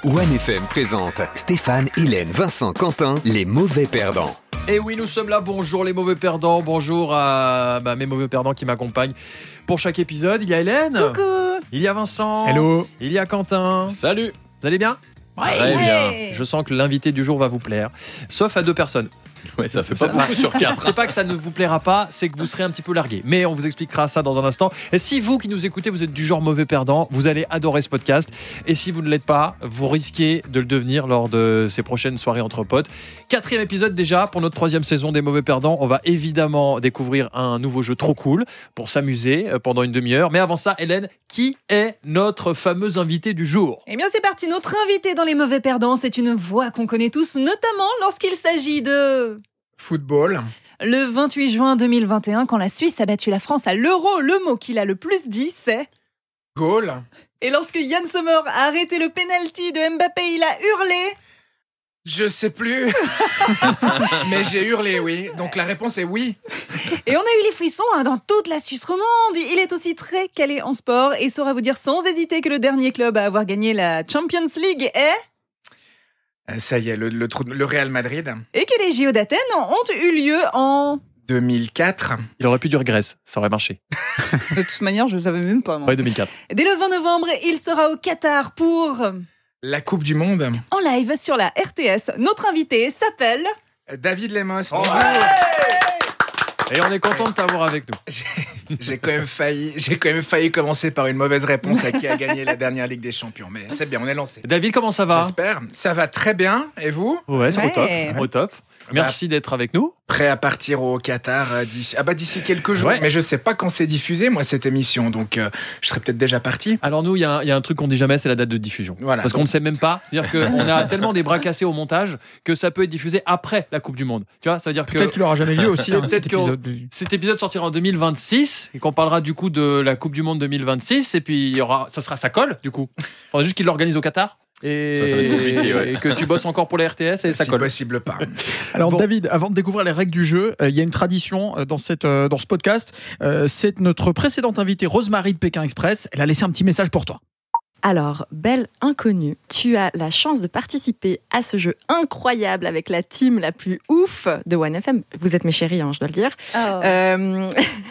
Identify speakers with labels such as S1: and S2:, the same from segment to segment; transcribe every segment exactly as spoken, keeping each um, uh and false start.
S1: OneFM présente Stéphane, Hélène, Vincent, Quentin, les mauvais perdants.
S2: Et oui, nous sommes là. Bonjour les mauvais perdants. Bonjour à bah, mes mauvais perdants qui m'accompagnent pour chaque épisode. Il y a Hélène.
S3: Coucou.
S2: Il y a Vincent.
S4: Hello.
S2: Il y a Quentin.
S5: Salut.
S2: Vous allez bien ?
S3: Ouais.
S2: Très bien.
S3: Ouais.
S2: Je sens que l'invité du jour va vous plaire. Sauf à deux personnes.
S5: Ouais, ça fait pas beaucoup sur quatre.
S2: C'est pas que ça ne vous plaira pas, c'est que vous serez un petit peu largué. Mais on vous expliquera ça dans un instant. Et si vous qui nous écoutez, vous êtes du genre mauvais perdant, vous allez adorer ce podcast. Et si vous ne l'êtes pas, vous risquez de le devenir lors de ces prochaines soirées entre potes. Quatrième épisode déjà pour notre troisième saison des mauvais perdants. On va évidemment découvrir un nouveau jeu trop cool pour s'amuser pendant une demi-heure. Mais avant ça, Hélène, qui est notre fameux invité du jour ?
S3: Eh bien c'est parti, notre invité dans les mauvais perdants, c'est une voix qu'on connaît tous, notamment lorsqu'il s'agit de...
S4: Football.
S3: Le vingt-huit juin deux mille vingt et un, quand la Suisse a battu la France à l'Euro, le mot qu'il a le plus dit, c'est...
S4: Goal.
S3: Et lorsque Yann Sommer a arrêté le penalty de Mbappé, il a hurlé...
S4: Je sais plus. Mais j'ai hurlé, oui. Donc la réponse est oui.
S3: Et on a eu les frissons hein, dans toute la Suisse romande. Il est aussi très calé en sport et saura vous dire sans hésiter que le dernier club à avoir gagné la Champions League est...
S4: Euh, ça y est, le, le, le Real Madrid.
S3: Et que les J O d'Athènes ont eu lieu en...
S4: deux mille quatre.
S2: Il aurait pu dire Grèce, ça aurait marché.
S3: De toute manière, je ne savais même pas. Moi.
S2: Ouais, deux mille quatre.
S3: Dès le vingt novembre, il sera au Qatar pour...
S4: La Coupe du Monde.
S3: En live sur la R T S. Notre invité s'appelle...
S4: David Lemos.
S2: Oh,
S4: Bonjour.
S2: Et on est content de t'avoir avec nous.
S4: J'ai, j'ai quand même failli, j'ai quand même failli commencer par une mauvaise réponse à qui a gagné la dernière Ligue des Champions. Mais c'est bien, on est lancé.
S2: David, comment ça va ?
S4: J'espère. Ça va très bien. Et vous ?
S2: Ouais, c'est au top.
S3: Ouais.
S2: Au top. Merci d'être avec nous.
S4: Prêt à partir au Qatar euh, d'ici, ah bah d'ici quelques jours.
S2: Ouais.
S4: Mais je sais pas quand c'est diffusé, moi, cette émission. Donc, euh, je serais peut-être déjà parti.
S2: Alors nous, il y, a un- il y a un truc qu'on dit jamais, c'est la date de diffusion.
S4: Voilà.
S2: Parce qu'on ne sait même pas. C'est-à-dire qu'on a tellement des bras cassés au montage que ça peut être diffusé après la Coupe du Monde. Tu vois, ça veut dire que
S6: Peut-être qu'il n'aura jamais lieu aussi, hein,
S2: Peut-être
S6: cet
S2: que-
S6: épisode.
S2: cet épisode sortira en deux mille vingt-six et qu'on parlera du coup de la Coupe du Monde deux mille vingt-six et puis il y aura, ça sera ça colle du coup. Il faudra juste qu'il l'organise au Qatar. Et,
S5: Ça, ça va être compliqué, ouais.
S2: et que tu bosses encore pour la R T S et ça
S4: si
S2: colle.
S4: possible pas.
S6: Alors
S2: Bon.
S6: David, avant de découvrir les règles du jeu, euh, il y a une tradition euh, dans, cette, euh, dans ce podcast. Euh, c'est notre précédente invitée, Rosemary de Pékin Express. Elle a laissé un petit message pour toi.
S7: Alors, belle inconnue, tu as la chance de participer à ce jeu incroyable avec la team la plus ouf de OneFM. Vous êtes mes chéris, hein, je dois le dire.
S3: Oh.
S7: Euh,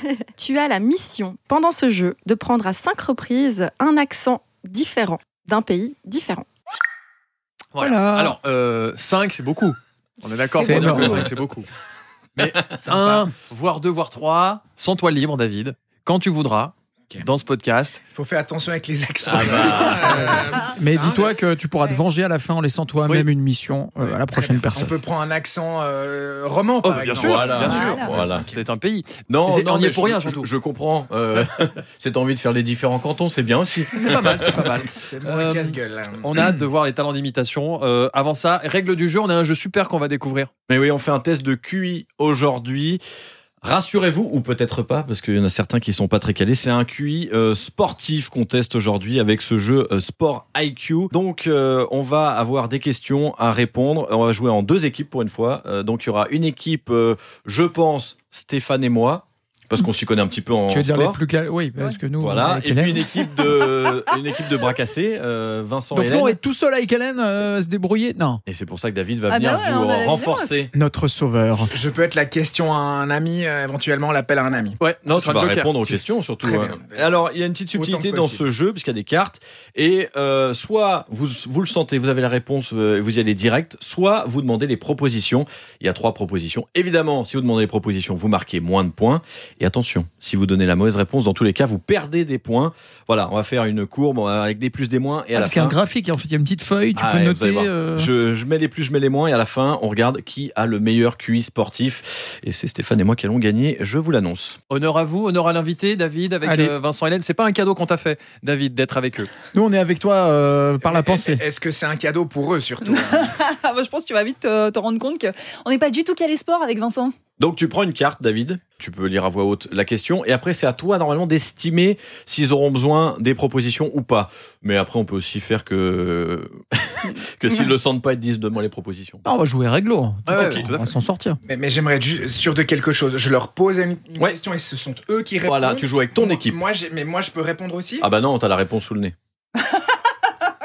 S7: tu as la mission, pendant ce jeu, de prendre à cinq reprises un accent différent d'un pays différent.
S2: Voilà.
S6: Voilà.
S2: Alors, euh, cinq, c'est beaucoup. On est d'accord
S6: C'est
S2: pour dire que
S6: énorme.
S2: cinq, c'est beaucoup. Mais un, voire deux, voire trois, sens-toi libre, David, quand tu voudras,
S4: Ok.
S2: dans ce podcast.
S4: Il faut faire attention avec les accents.
S5: Ah bah.
S4: Euh,
S6: Mais
S4: hein,
S6: dis-toi que tu pourras te
S3: Ouais.
S6: venger à la fin en laissant toi-même
S2: Oui.
S6: une mission euh, à la
S4: très
S6: prochaine
S4: bien.
S6: personne.
S4: On peut prendre un accent euh, roman,
S2: Oh,
S4: par
S2: bien
S4: exemple.
S2: sûr,
S5: Voilà.
S2: bien sûr.
S3: Voilà.
S5: Voilà.
S2: C'est un pays.
S5: Non,
S2: C'est-
S5: non,
S2: on y est
S5: mais
S2: pour
S5: je-
S2: rien,
S5: je-
S2: surtout.
S5: Je, comprends. Euh, cette envie de faire les différents cantons, c'est bien aussi.
S2: C'est pas mal, c'est pas mal.
S4: C'est moins
S2: Euh,
S4: casse-gueule. hein.
S2: On a hâte de voir les talents d'imitation. Euh, avant ça, règle du jeu, on a un jeu super qu'on va découvrir.
S5: Mais oui, on fait un test de Q I aujourd'hui. Rassurez-vous, ou peut-être pas, parce qu'il y en a certains qui sont pas très calés. C'est un Q I euh, sportif qu'on teste aujourd'hui avec ce jeu euh, Sport I Q. Donc, euh, on va avoir des questions à répondre. On va jouer en deux équipes pour une fois. Euh, donc, il y aura une équipe, euh, je pense, Stéphane et moi, parce qu'on s'y connaît un petit peu en
S6: Tu veux dire les
S5: sport.
S6: plus calés? Oui, parce que nous.
S5: Voilà,
S6: avec
S5: et
S6: Hélène-
S5: puis une équipe de, une équipe de bras cassés, euh, Vincent
S6: Donc
S5: et
S6: nous, on
S5: Hélène.
S6: est tout seul avec Hélène euh, à se débrouiller? Non.
S5: Et c'est pour ça que David va
S3: Ah
S5: venir
S3: bah ouais,
S5: vous
S3: on a David
S5: renforcer.
S6: Notre sauveur.
S4: Je peux être la question à un ami, euh, éventuellement l'appel à un ami.
S2: Ouais, non,
S5: tu vas répondre aux questions surtout.
S4: Très
S5: hein.
S4: bien.
S5: Alors, il y a une petite
S4: Autant
S5: subtilité
S4: que
S5: dans
S4: possible.
S5: ce jeu, puisqu'il y a des cartes. Et euh, soit vous, vous le sentez, vous avez la réponse euh, et vous y allez direct, soit vous demandez les propositions. Il y a trois propositions. Évidemment, si vous demandez les propositions, vous marquez moins de points. Et attention, si vous donnez la mauvaise réponse, dans tous les cas, vous perdez des points. Voilà, on va faire une courbe avec des plus, des moins. Et à
S6: Ah,
S5: la
S6: parce qu'il y a
S5: fin,
S6: un graphique, en fait, il y a une petite feuille, tu
S5: Ah
S6: peux
S5: ouais, vous allez
S6: noter.
S5: voir.
S6: euh,
S5: Je, je mets les plus, je mets les moins, et à la fin, on regarde qui a le meilleur Q I sportif. Et c'est Stéphane et moi qui allons gagner, je vous l'annonce.
S2: Honneur à vous, honneur à l'invité, David, avec
S6: Allez.
S2: euh, Vincent et Hélène. C'est pas un cadeau qu'on t'a fait, David, d'être avec eux.
S6: Nous, on est avec toi euh, par la pensée.
S4: Est-ce que c'est un cadeau pour eux, surtout?
S3: Ah, bah, je pense que tu vas vite te, te rendre compte qu'on n'est pas du tout calé sport avec Vincent.
S5: Donc tu prends une carte, David, tu peux lire à voix haute la question, et après c'est à toi normalement d'estimer s'ils auront besoin des propositions ou pas. Mais après on peut aussi faire que que s'ils le sentent pas, ils te disent donne-moi les propositions.
S6: Ah, on va jouer réglo.
S2: Ah ouais,
S6: Ok,
S2: ouais, tout
S6: on
S2: à
S6: va
S2: fait.
S6: s'en sortir.
S4: Mais, mais j'aimerais être ju- sûr de quelque chose. Je leur pose une, une
S5: Ouais.
S4: question et ce sont eux qui répondent.
S5: Voilà, tu joues avec ton
S4: Moi-
S5: équipe.
S4: Moi, j'ai- mais moi, je peux répondre aussi.
S5: Ah bah non, t'as la réponse sous le nez.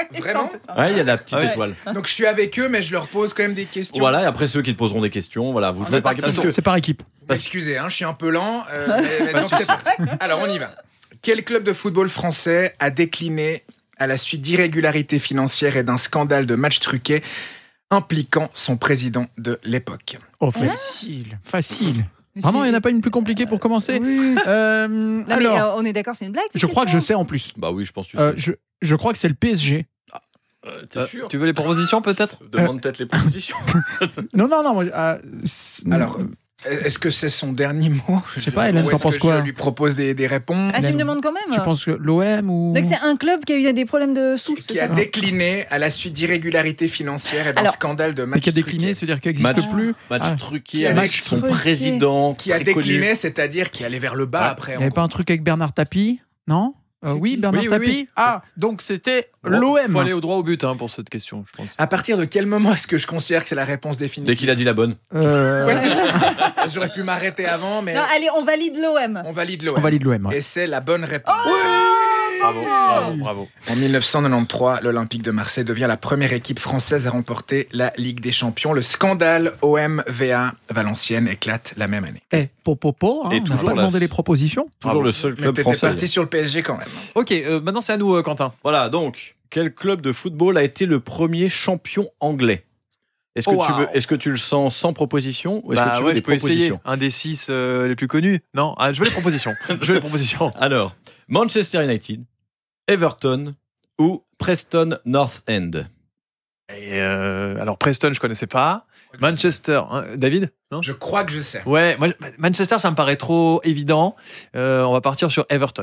S4: Vraiment ?
S5: Ouais, il y a la petite
S2: Ah ouais.
S5: étoile.
S4: Donc je suis avec eux, mais je leur pose quand même des questions.
S5: Voilà, et après ceux qui te poseront des questions, voilà, vous
S4: Ah,
S5: jouez
S4: c'est
S5: par
S4: parti.
S5: parce que
S6: C'est par équipe.
S4: Vous m'excusez, hein, je suis un peu lent. euh, mais- mais donc c'est parti. Alors on y va. Quel club de football français a décliné à la suite d'irrégularités financières et d'un scandale de matchs truqués impliquant son président de l'époque ?
S6: Oh, facile, facile. Vraiment, il n'y en a pas une plus compliquée pour commencer
S3: Oui.
S6: Euh,
S3: Non, mais,
S6: Alors,
S3: euh, on est d'accord, c'est une blague. cette
S6: je crois que je
S3: question
S6: sais en plus.
S5: Bah oui, je pense que tu
S6: Euh,
S5: sais.
S6: je, je crois que c'est le P S G.
S5: Euh, T'es
S2: Euh,
S5: sûr
S2: Tu veux les propositions peut-être
S5: Demande peut-être les propositions.
S6: Non, non, non. moi, euh, c'est-
S4: Alors, est-ce que c'est son dernier mot ?
S6: Je sais pas, Hélène,
S4: Ou
S6: t'en
S4: est-ce
S6: penses
S4: que
S6: quoi
S4: Je lui propose des, des réponses.
S3: Ah, tu me
S6: Hélène,
S3: demandes quand même.
S6: tu penses que l'O M ou
S3: Donc c'est un club qui a eu des problèmes de sous.
S4: Qui a décliné à la suite d'irrégularités financières et d'un
S3: Alors-
S4: scandale de
S6: Mais
S4: matchs
S6: qui a décliné,
S4: truqués.
S6: c'est-à-dire qu'il n'existe
S5: Match-
S6: plus.
S5: Match
S6: Ah.
S5: truqué
S4: Qui a
S5: avec
S3: match
S5: son
S3: truqué.
S5: président.
S4: Qui a
S5: très connu.
S4: décliné, c'est-à-dire qui allait vers le bas
S5: Ouais.
S4: après.
S6: Il
S4: en
S6: n'y avait
S4: gros.
S6: pas un truc avec Bernard Tapie, non Euh, Oui, Bernard
S2: Oui, oui,
S6: Tapie.
S2: oui.
S6: Ah, donc c'était
S2: Bon,
S6: l'O M.
S2: Faut aller au droit au but hein, pour cette question, je pense.
S4: À partir de quel moment est-ce que je considère que c'est la réponse définitive ?
S5: Dès qu'il a dit la bonne.
S6: Euh,
S4: Ouais, c'est ça. J'aurais pu m'arrêter avant, mais
S3: Non, allez, on valide l'O M.
S4: on valide l'O M.
S6: On valide l'O M. ouais.
S4: Et c'est la bonne réponse.
S2: Bravo, bravo, bravo.
S4: En mille neuf cent quatre-vingt-treize, l'Olympique de Marseille devient la première équipe française à remporter la Ligue des Champions. Le scandale O M V A Valenciennes éclate la même année.
S6: Eh, popopo, hein,
S5: Et
S6: on n'a
S5: toujours
S6: pas
S5: la-
S6: demandé les propositions.
S5: Toujours
S2: Bravo.
S5: le seul
S4: Mais
S5: club
S4: t'étais
S5: français.
S4: parti sur le P S G quand même.
S2: Ok, euh, maintenant c'est à nous, euh, Quentin.
S5: Voilà, donc, quel club de football a été le premier champion anglais ? Est-ce que,
S2: Oh,
S5: tu
S2: wow.
S5: veux, est-ce que tu le sens sans proposition ou est-ce
S2: Bah
S5: que tu veux
S2: ouais,
S5: des
S2: je peux essayer.
S5: propositions
S2: Un des six euh, les plus connus. Non, ah, je veux les propositions. je veux les propositions.
S5: Alors, Manchester United, Everton ou Preston North End.
S2: Et euh, alors Preston, je connaissais pas. Manchester, hein, David Non.
S4: Je crois que je sais.
S2: Ouais, moi, Manchester, ça me paraît trop évident. Euh, on va partir sur Everton.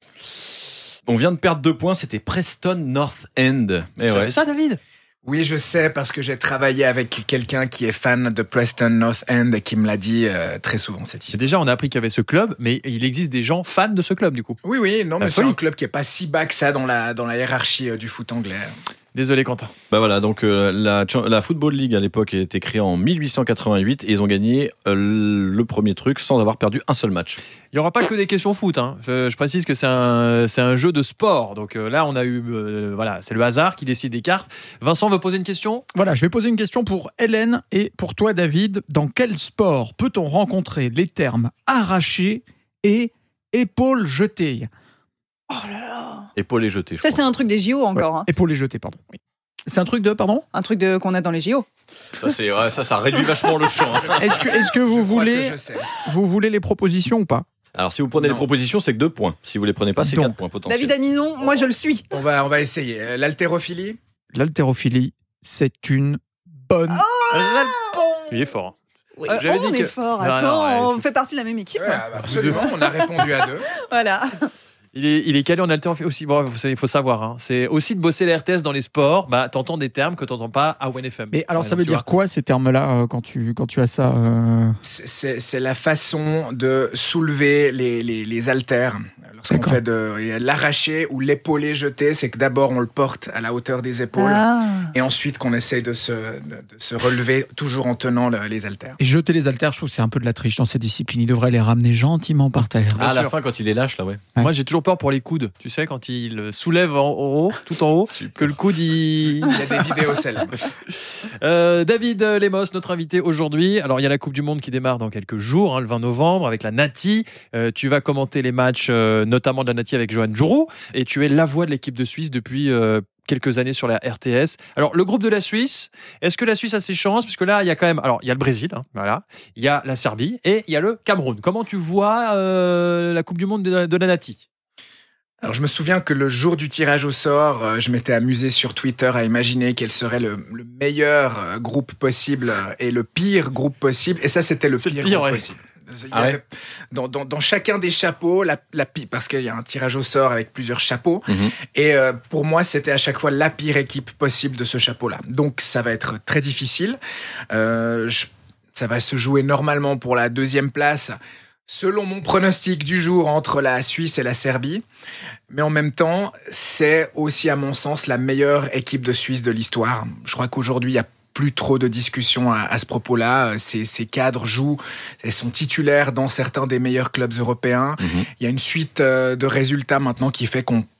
S5: On vient de perdre deux points, c'était Preston North End.
S2: Tu
S5: Eh
S2: savais
S5: ouais.
S2: ça, David
S4: Oui, je sais parce que j'ai travaillé avec quelqu'un qui est fan de Preston North End et qui me l'a dit euh, très souvent cette
S2: C'est
S4: histoire.
S2: déjà, on a appris qu'il y avait ce club, mais il existe des gens fans de ce club, du coup.
S4: Oui, oui, non,
S2: La
S4: mais c'est
S2: folie.
S4: un club qui est pas si bas que ça dans la, dans la hiérarchie euh, du foot anglais.
S2: Désolé, Quentin.
S5: Bah voilà, donc euh, la, Cha- la Football League à l'époque a été créée en mille huit cent quatre-vingt-huit et ils ont gagné euh, le premier truc sans avoir perdu un seul match.
S2: Il n'y aura pas que des questions foot. Hein. Je, je précise que c'est un, c'est un jeu de sport. Donc euh, là, on a eu. euh, voilà, c'est le hasard qui décide des cartes. Vincent veut poser une question.
S6: Voilà, je vais poser une question pour Hélène et pour toi, David. Dans quel sport peut-on rencontrer les termes arraché et épaule jetée
S3: Oh là là.
S5: Épaule et jeté, je
S3: Ça,
S5: crois.
S3: c'est un truc des J O encore. hein.
S6: Épaule jetée, pardon. Oui. C'est un truc de, pardon
S3: Un truc de, qu'on a dans les J O.
S5: Ça, c'est, ouais, ça, ça réduit vachement le champ. hein.
S6: Est-ce que, est-ce que
S4: Je
S6: vous
S4: crois que
S6: voulez,
S4: je sais.
S6: vous voulez les propositions ou pas
S5: Alors, si vous prenez
S4: Non.
S5: les propositions, c'est que deux points. Si vous les prenez pas, c'est
S6: Donc,
S5: quatre points potentiels.
S3: David Aninon, moi je le suis.
S4: On va, on va essayer. Euh, L'haltérophilie ?
S6: L'haltérophilie, c'est une bonne réponse.
S2: Il est fort.
S3: Oui.
S2: J'avais
S3: on
S2: dit
S3: est
S2: que-
S3: fort,
S2: Non,
S3: attends,
S2: non, ouais.
S3: on fait partie de la même équipe.
S4: Ouais, absolument, on a répondu à deux.
S3: Voilà.
S2: Il est, il est calé en haltérophilie aussi. Bon, vous savez, il faut savoir. Hein. C'est aussi de bosser la R T S dans les sports. Bah, t'entends des termes que t'entends pas à O N F M.
S6: Mais alors,
S2: Ouais,
S6: ça
S2: donc,
S6: veut
S2: tu
S6: dire
S2: vois.
S6: quoi ces termes-là euh, quand tu, quand tu as ça euh,
S4: C'est- C'est c'est la façon de soulever les, les, les haltères. Lorsqu'on
S6: D'accord.
S4: fait de l'arraché ou l'épaulé jeté, c'est que d'abord on le porte à la hauteur des épaules
S3: Ah.
S4: et ensuite qu'on essaye de se, de, de se relever toujours en tenant le- les haltères.
S6: Et jeter les haltères, je trouve que c'est un peu de la triche dans cette discipline. Il devrait les ramener gentiment par terre.
S5: Ah, à la
S2: sûr.
S5: fin, quand il est lâche, là, ouais.
S2: Moi, j'ai toujours peur pour les coudes. Tu sais, quand il soulève en haut, tout en haut, que le coude, il.
S4: Il y a des vidéos célèbres.
S2: Euh, David Lemos, notre invité aujourd'hui. Alors, il y a la Coupe du Monde qui démarre dans quelques jours, hein, le vingt novembre, avec la Nati. Euh, tu vas commenter les matchs, euh, notamment de la Nati avec Johan Djourou. Et tu es la voix de l'équipe de Suisse depuis euh, quelques années sur la R T S. Alors, le groupe de la Suisse, est-ce que la Suisse a ses chances? Parce que là, il y a quand même. Alors, il y a le Brésil, hein, voilà. Il y a la Serbie et il y a le Cameroun. Comment tu vois euh, la Coupe du Monde de, de la Nati?
S4: Alors je me souviens que le jour du tirage au sort, euh, je m'étais amusé sur Twitter à imaginer quel serait le, le meilleur euh, groupe possible euh, et le pire groupe possible. Et ça, c'était le
S2: C'est le
S4: pire,
S2: pire,
S4: groupe
S2: ouais.
S4: possible. Il y
S5: Ah
S4: avait-
S5: ouais.
S4: dans, dans, dans chacun des chapeaux, la, la pire, parce qu'il y a un tirage au sort avec plusieurs chapeaux.
S5: Mhm.
S4: Et euh, pour moi, c'était à chaque fois la pire équipe possible de ce chapeau-là. Donc ça va être très difficile. Euh, je- ça va se jouer normalement pour la deuxième place, selon mon pronostic du jour, entre la Suisse et la Serbie. Mais en même temps, c'est aussi, à mon sens, la meilleure équipe de Suisse de l'histoire. Je crois qu'aujourd'hui, il n'y a plus trop de discussions à, à ce propos-là. Ces, ces cadres jouent et sont titulaires dans certains des meilleurs clubs européens.
S5: Mhm.
S4: Il y a une suite euh, de résultats maintenant qui fait qu'on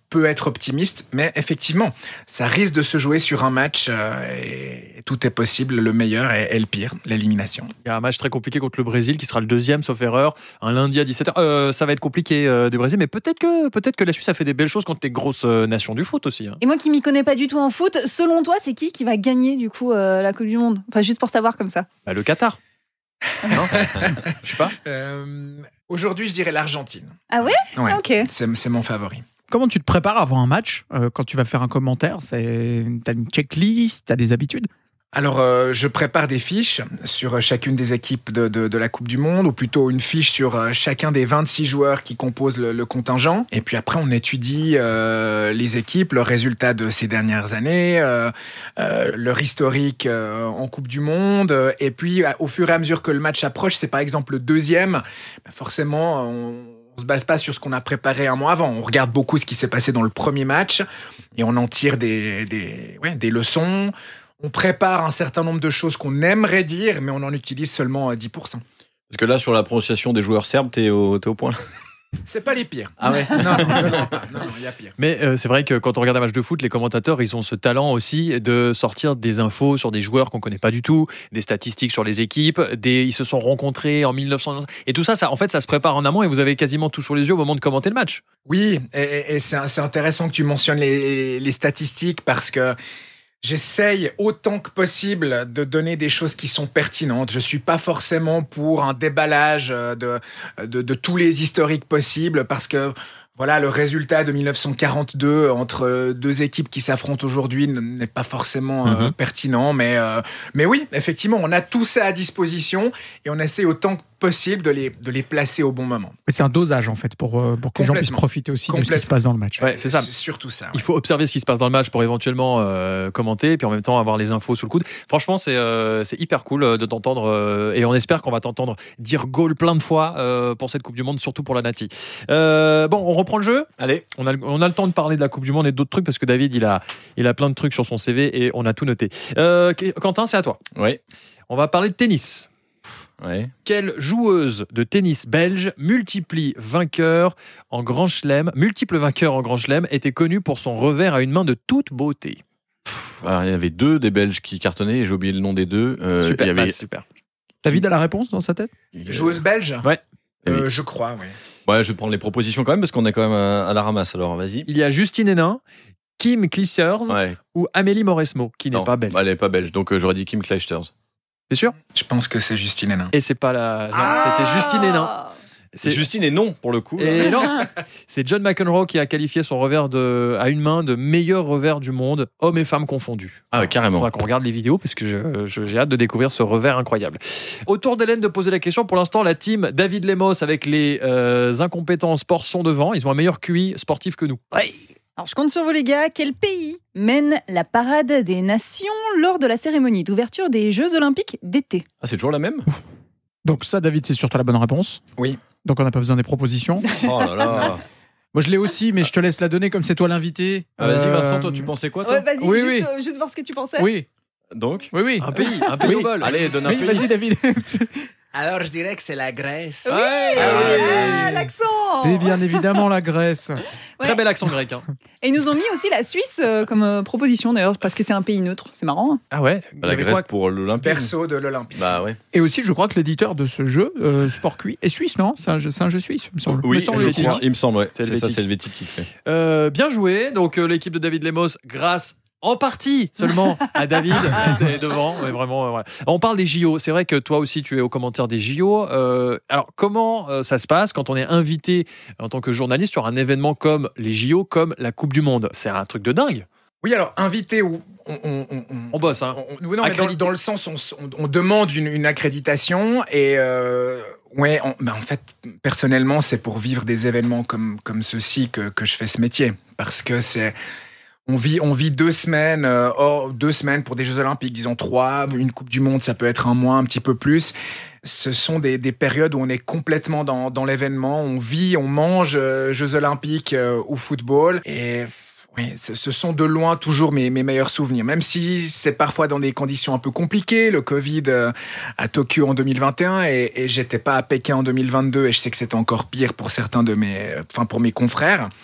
S4: peut être optimiste, mais effectivement, ça risque de se jouer sur un match euh, et tout est possible, le meilleur et, et le pire, l'élimination.
S2: Il y a un match très compliqué contre le Brésil qui sera le deuxième, sauf erreur, un lundi à dix-sept heures. Euh, ça va être compliqué euh, du Brésil, mais peut-être que, peut-être que la Suisse a fait des belles choses contre les grosses euh, nations du foot aussi. Hein.
S3: Et moi qui m'y connais pas du tout en foot, selon toi, c'est qui qui va gagner du coup euh, la Coupe du Monde ? Enfin, juste pour savoir comme ça.
S2: Bah, le Qatar. Non, je sais pas.
S4: Euh, aujourd'hui, je dirais l'Argentine.
S3: Ah ouais ?
S4: Ouais,
S3: Ok.
S4: c'est, c'est mon favori.
S6: Comment tu te prépares avant un match euh, quand tu vas faire un commentaire ? C'est... T'as une checklist, t'as des habitudes ?
S4: Alors, euh, je prépare des fiches sur chacune des équipes de, de, de la Coupe du Monde, ou plutôt une fiche sur euh, chacun des vingt-six joueurs qui composent le, le contingent. Et puis après, on étudie euh, les équipes, leurs résultats de ces dernières années, euh, euh, leur historique euh, en Coupe du Monde. Et puis, au fur et à mesure que le match approche, c'est par exemple le deuxième, bah forcément, on... On ne se base pas sur ce qu'on a préparé un mois avant. On regarde beaucoup ce qui s'est passé dans le premier match et on en tire des, des, ouais, des leçons. On prépare un certain nombre de choses qu'on aimerait dire, mais on en utilise seulement dix pour cent.
S5: Parce que là, sur la prononciation des joueurs serbes, t'es au, t'es au point.
S4: C'est pas les pires.
S5: Ah ouais.
S4: Non, non, non, pas. Non, non, il y a pire.
S2: Mais euh, c'est vrai que quand on regarde un match de foot, les commentateurs, ils ont ce talent aussi de sortir des infos sur des joueurs qu'on connaît pas du tout, des statistiques sur les équipes, des ils se sont rencontrés en mille neuf cents et tout ça, ça en fait, ça se prépare en amont et vous avez quasiment tout sous les yeux au moment de commenter le match.
S4: Oui, et, et c'est, c'est intéressant que tu mentionnes les, les statistiques parce que j'essaye autant que possible de donner des choses qui sont pertinentes. Je suis pas forcément pour un déballage de, de, de tous les historiques possibles parce que voilà, le résultat de mille neuf cent quarante-deux entre deux équipes qui s'affrontent aujourd'hui n'est pas forcément euh, mm-hmm. pertinent. Mais, euh, mais oui, effectivement, on a tout ça à disposition et on essaie autant que possible de les, de les placer au bon moment.
S6: Mais c'est un dosage en fait pour, pour que les gens puissent profiter aussi de ce qui se passe dans le match.
S2: Ouais, c'est ça.
S4: C'est surtout ça. Ouais.
S2: Il faut observer ce qui se passe dans le match pour éventuellement euh, commenter, puis en même temps avoir les infos sous le coude. Franchement, c'est, euh, c'est hyper cool de t'entendre euh, et on espère qu'on va t'entendre dire goal plein de fois euh, pour cette Coupe du Monde, surtout pour la Nati. Euh, bon, on reprend le jeu. Allez, on a, on a le temps de parler de la Coupe du Monde et d'autres trucs parce que David, il a, il a plein de trucs sur son C V et on a tout noté. Euh, Quentin, c'est à toi.
S5: Oui.
S2: On va parler de tennis.
S5: Ouais.
S2: Quelle joueuse de tennis belge multiplie vainqueur en Grand Chelem, multiple vainqueur en Grand Chelem, était connue pour son revers à une main de toute beauté?
S5: Alors, il y avait deux des Belges qui cartonnaient et j'ai oublié le nom des deux. Euh,
S2: super,
S5: il y avait...
S2: bah, super.
S6: David a la réponse dans sa tête?
S4: Joueuse belge?
S2: Ouais.
S4: Euh,
S5: oui.
S4: Je crois, oui.
S5: Ouais, je vais prendre les propositions quand même parce qu'on est quand même à, à la ramasse. Alors, vas-y.
S2: Il y a Justine Hénin, Kim Clijsters
S5: ouais.
S2: ou Amélie Mauresmo, qui
S5: non,
S2: n'est pas belge.
S5: Bah, elle n'est pas belge, donc euh, j'aurais dit Kim Clijsters.
S2: C'est sûr?
S4: Je pense que c'est Justine Hénin.
S2: Et c'est pas la. Non,
S3: Ah
S2: c'était Justine Hénin.
S5: C'est Justine et non pour le coup.
S2: Et non, c'est John McEnroe qui a qualifié son revers de, à une main de meilleur revers du monde, hommes et femmes confondus.
S5: Ah ouais, carrément.
S2: Il faudra qu'on regarde les vidéos parce que je, je, j'ai hâte de découvrir ce revers incroyable. Autour d'Hélène de poser la question. Pour l'instant, la team David Lemos avec les euh, incompétents en sport sont devant. Ils ont un meilleur Q I sportif que nous.
S3: Ouais. Alors je compte sur vous les gars. Quel pays mène la parade des nations lors de la cérémonie d'ouverture des Jeux Olympiques d'été?
S5: Ah, c'est toujours la même?
S6: Donc ça, David, c'est sûr, t'as la bonne réponse.
S4: Oui.
S6: Donc on n'a pas besoin des propositions.
S5: Oh là là.
S6: Moi je l'ai aussi, mais je te laisse la donner comme c'est toi l'invité.
S5: Ah, vas-y
S6: Euh,
S5: Vincent, toi tu pensais quoi toi?
S3: Ouais, vas-y,
S6: Oui,
S3: juste,
S6: oui.
S3: euh, juste voir ce que tu pensais.
S6: Oui,
S5: Donc
S6: oui, oui.
S2: Un pays, un pays
S6: Oui.
S2: au bol.
S5: Allez, donne un
S6: Oui,
S5: pays.
S6: vas-y, David.
S4: Alors, je dirais que c'est la Grèce.
S3: Oui,
S6: Ouais.
S3: ah, l'accent.
S6: Et bien évidemment la Grèce.
S2: Très
S3: Ouais.
S2: bel accent grec. Hein.
S3: Et ils nous ont mis aussi la Suisse euh, comme euh, proposition d'ailleurs, parce que c'est un pays neutre. C'est marrant. Hein.
S2: Ah ouais.
S5: Bah, la
S2: Il y avait
S5: Grèce
S2: quoi
S5: pour l'Olympisme.
S4: Berceau de l'Olympisme.
S5: Bah ouais.
S6: Et aussi, je crois que l'éditeur de ce jeu, euh, Sport Q I, est suisse, non? C'est un jeu, c'est un jeu suisse, il me semble.
S5: Oui,
S6: Me semble
S5: je
S6: le
S5: crois. Il me semble, ouais.
S2: C'est
S5: C'est,
S2: Helvétique.
S5: ça, c'est Helvétique qui fait.
S2: Euh, bien joué. Donc euh, l'équipe de David Lemos, grâce en partie seulement à David, est devant. Ouais, vraiment. euh, voilà. On parle des J O. C'est vrai que toi aussi tu es au commentaire des J O. Euh, alors comment euh, ça se passe quand on est invité en tant que journaliste sur un événement comme les J O, comme la Coupe du Monde? C'est un truc de dingue.
S4: Oui, alors, invité ou... On, on, on, on-
S2: On bosse, hein.
S4: on- oui, non, mais dans,
S2: Accrédité.
S4: dans le sens, on, s- on- on demande une, une accréditation et... Euh, ouais, on- ben, en fait, personnellement, c'est pour vivre des événements comme, comme ceux-ci que, que je fais ce métier. Parce que c'est... On vit, on vit deux semaines, euh, hors- deux semaines pour des Jeux Olympiques, disons trois, une Coupe du Monde, ça peut être un mois, un petit peu plus. Ce sont des, des périodes où on est complètement dans, dans l'événement, on vit, on mange euh, Jeux Olympiques euh, ou football. Et oui, ce, ce sont de loin toujours mes, mes meilleurs souvenirs, même si c'est parfois dans des conditions un peu compliquées. Le Covid euh, à Tokyo en deux mille vingt et un et, et j'étais pas à Pékin en deux mille vingt-deux et je sais que c'était encore pire pour certains de mes, enfin pour mes confrères.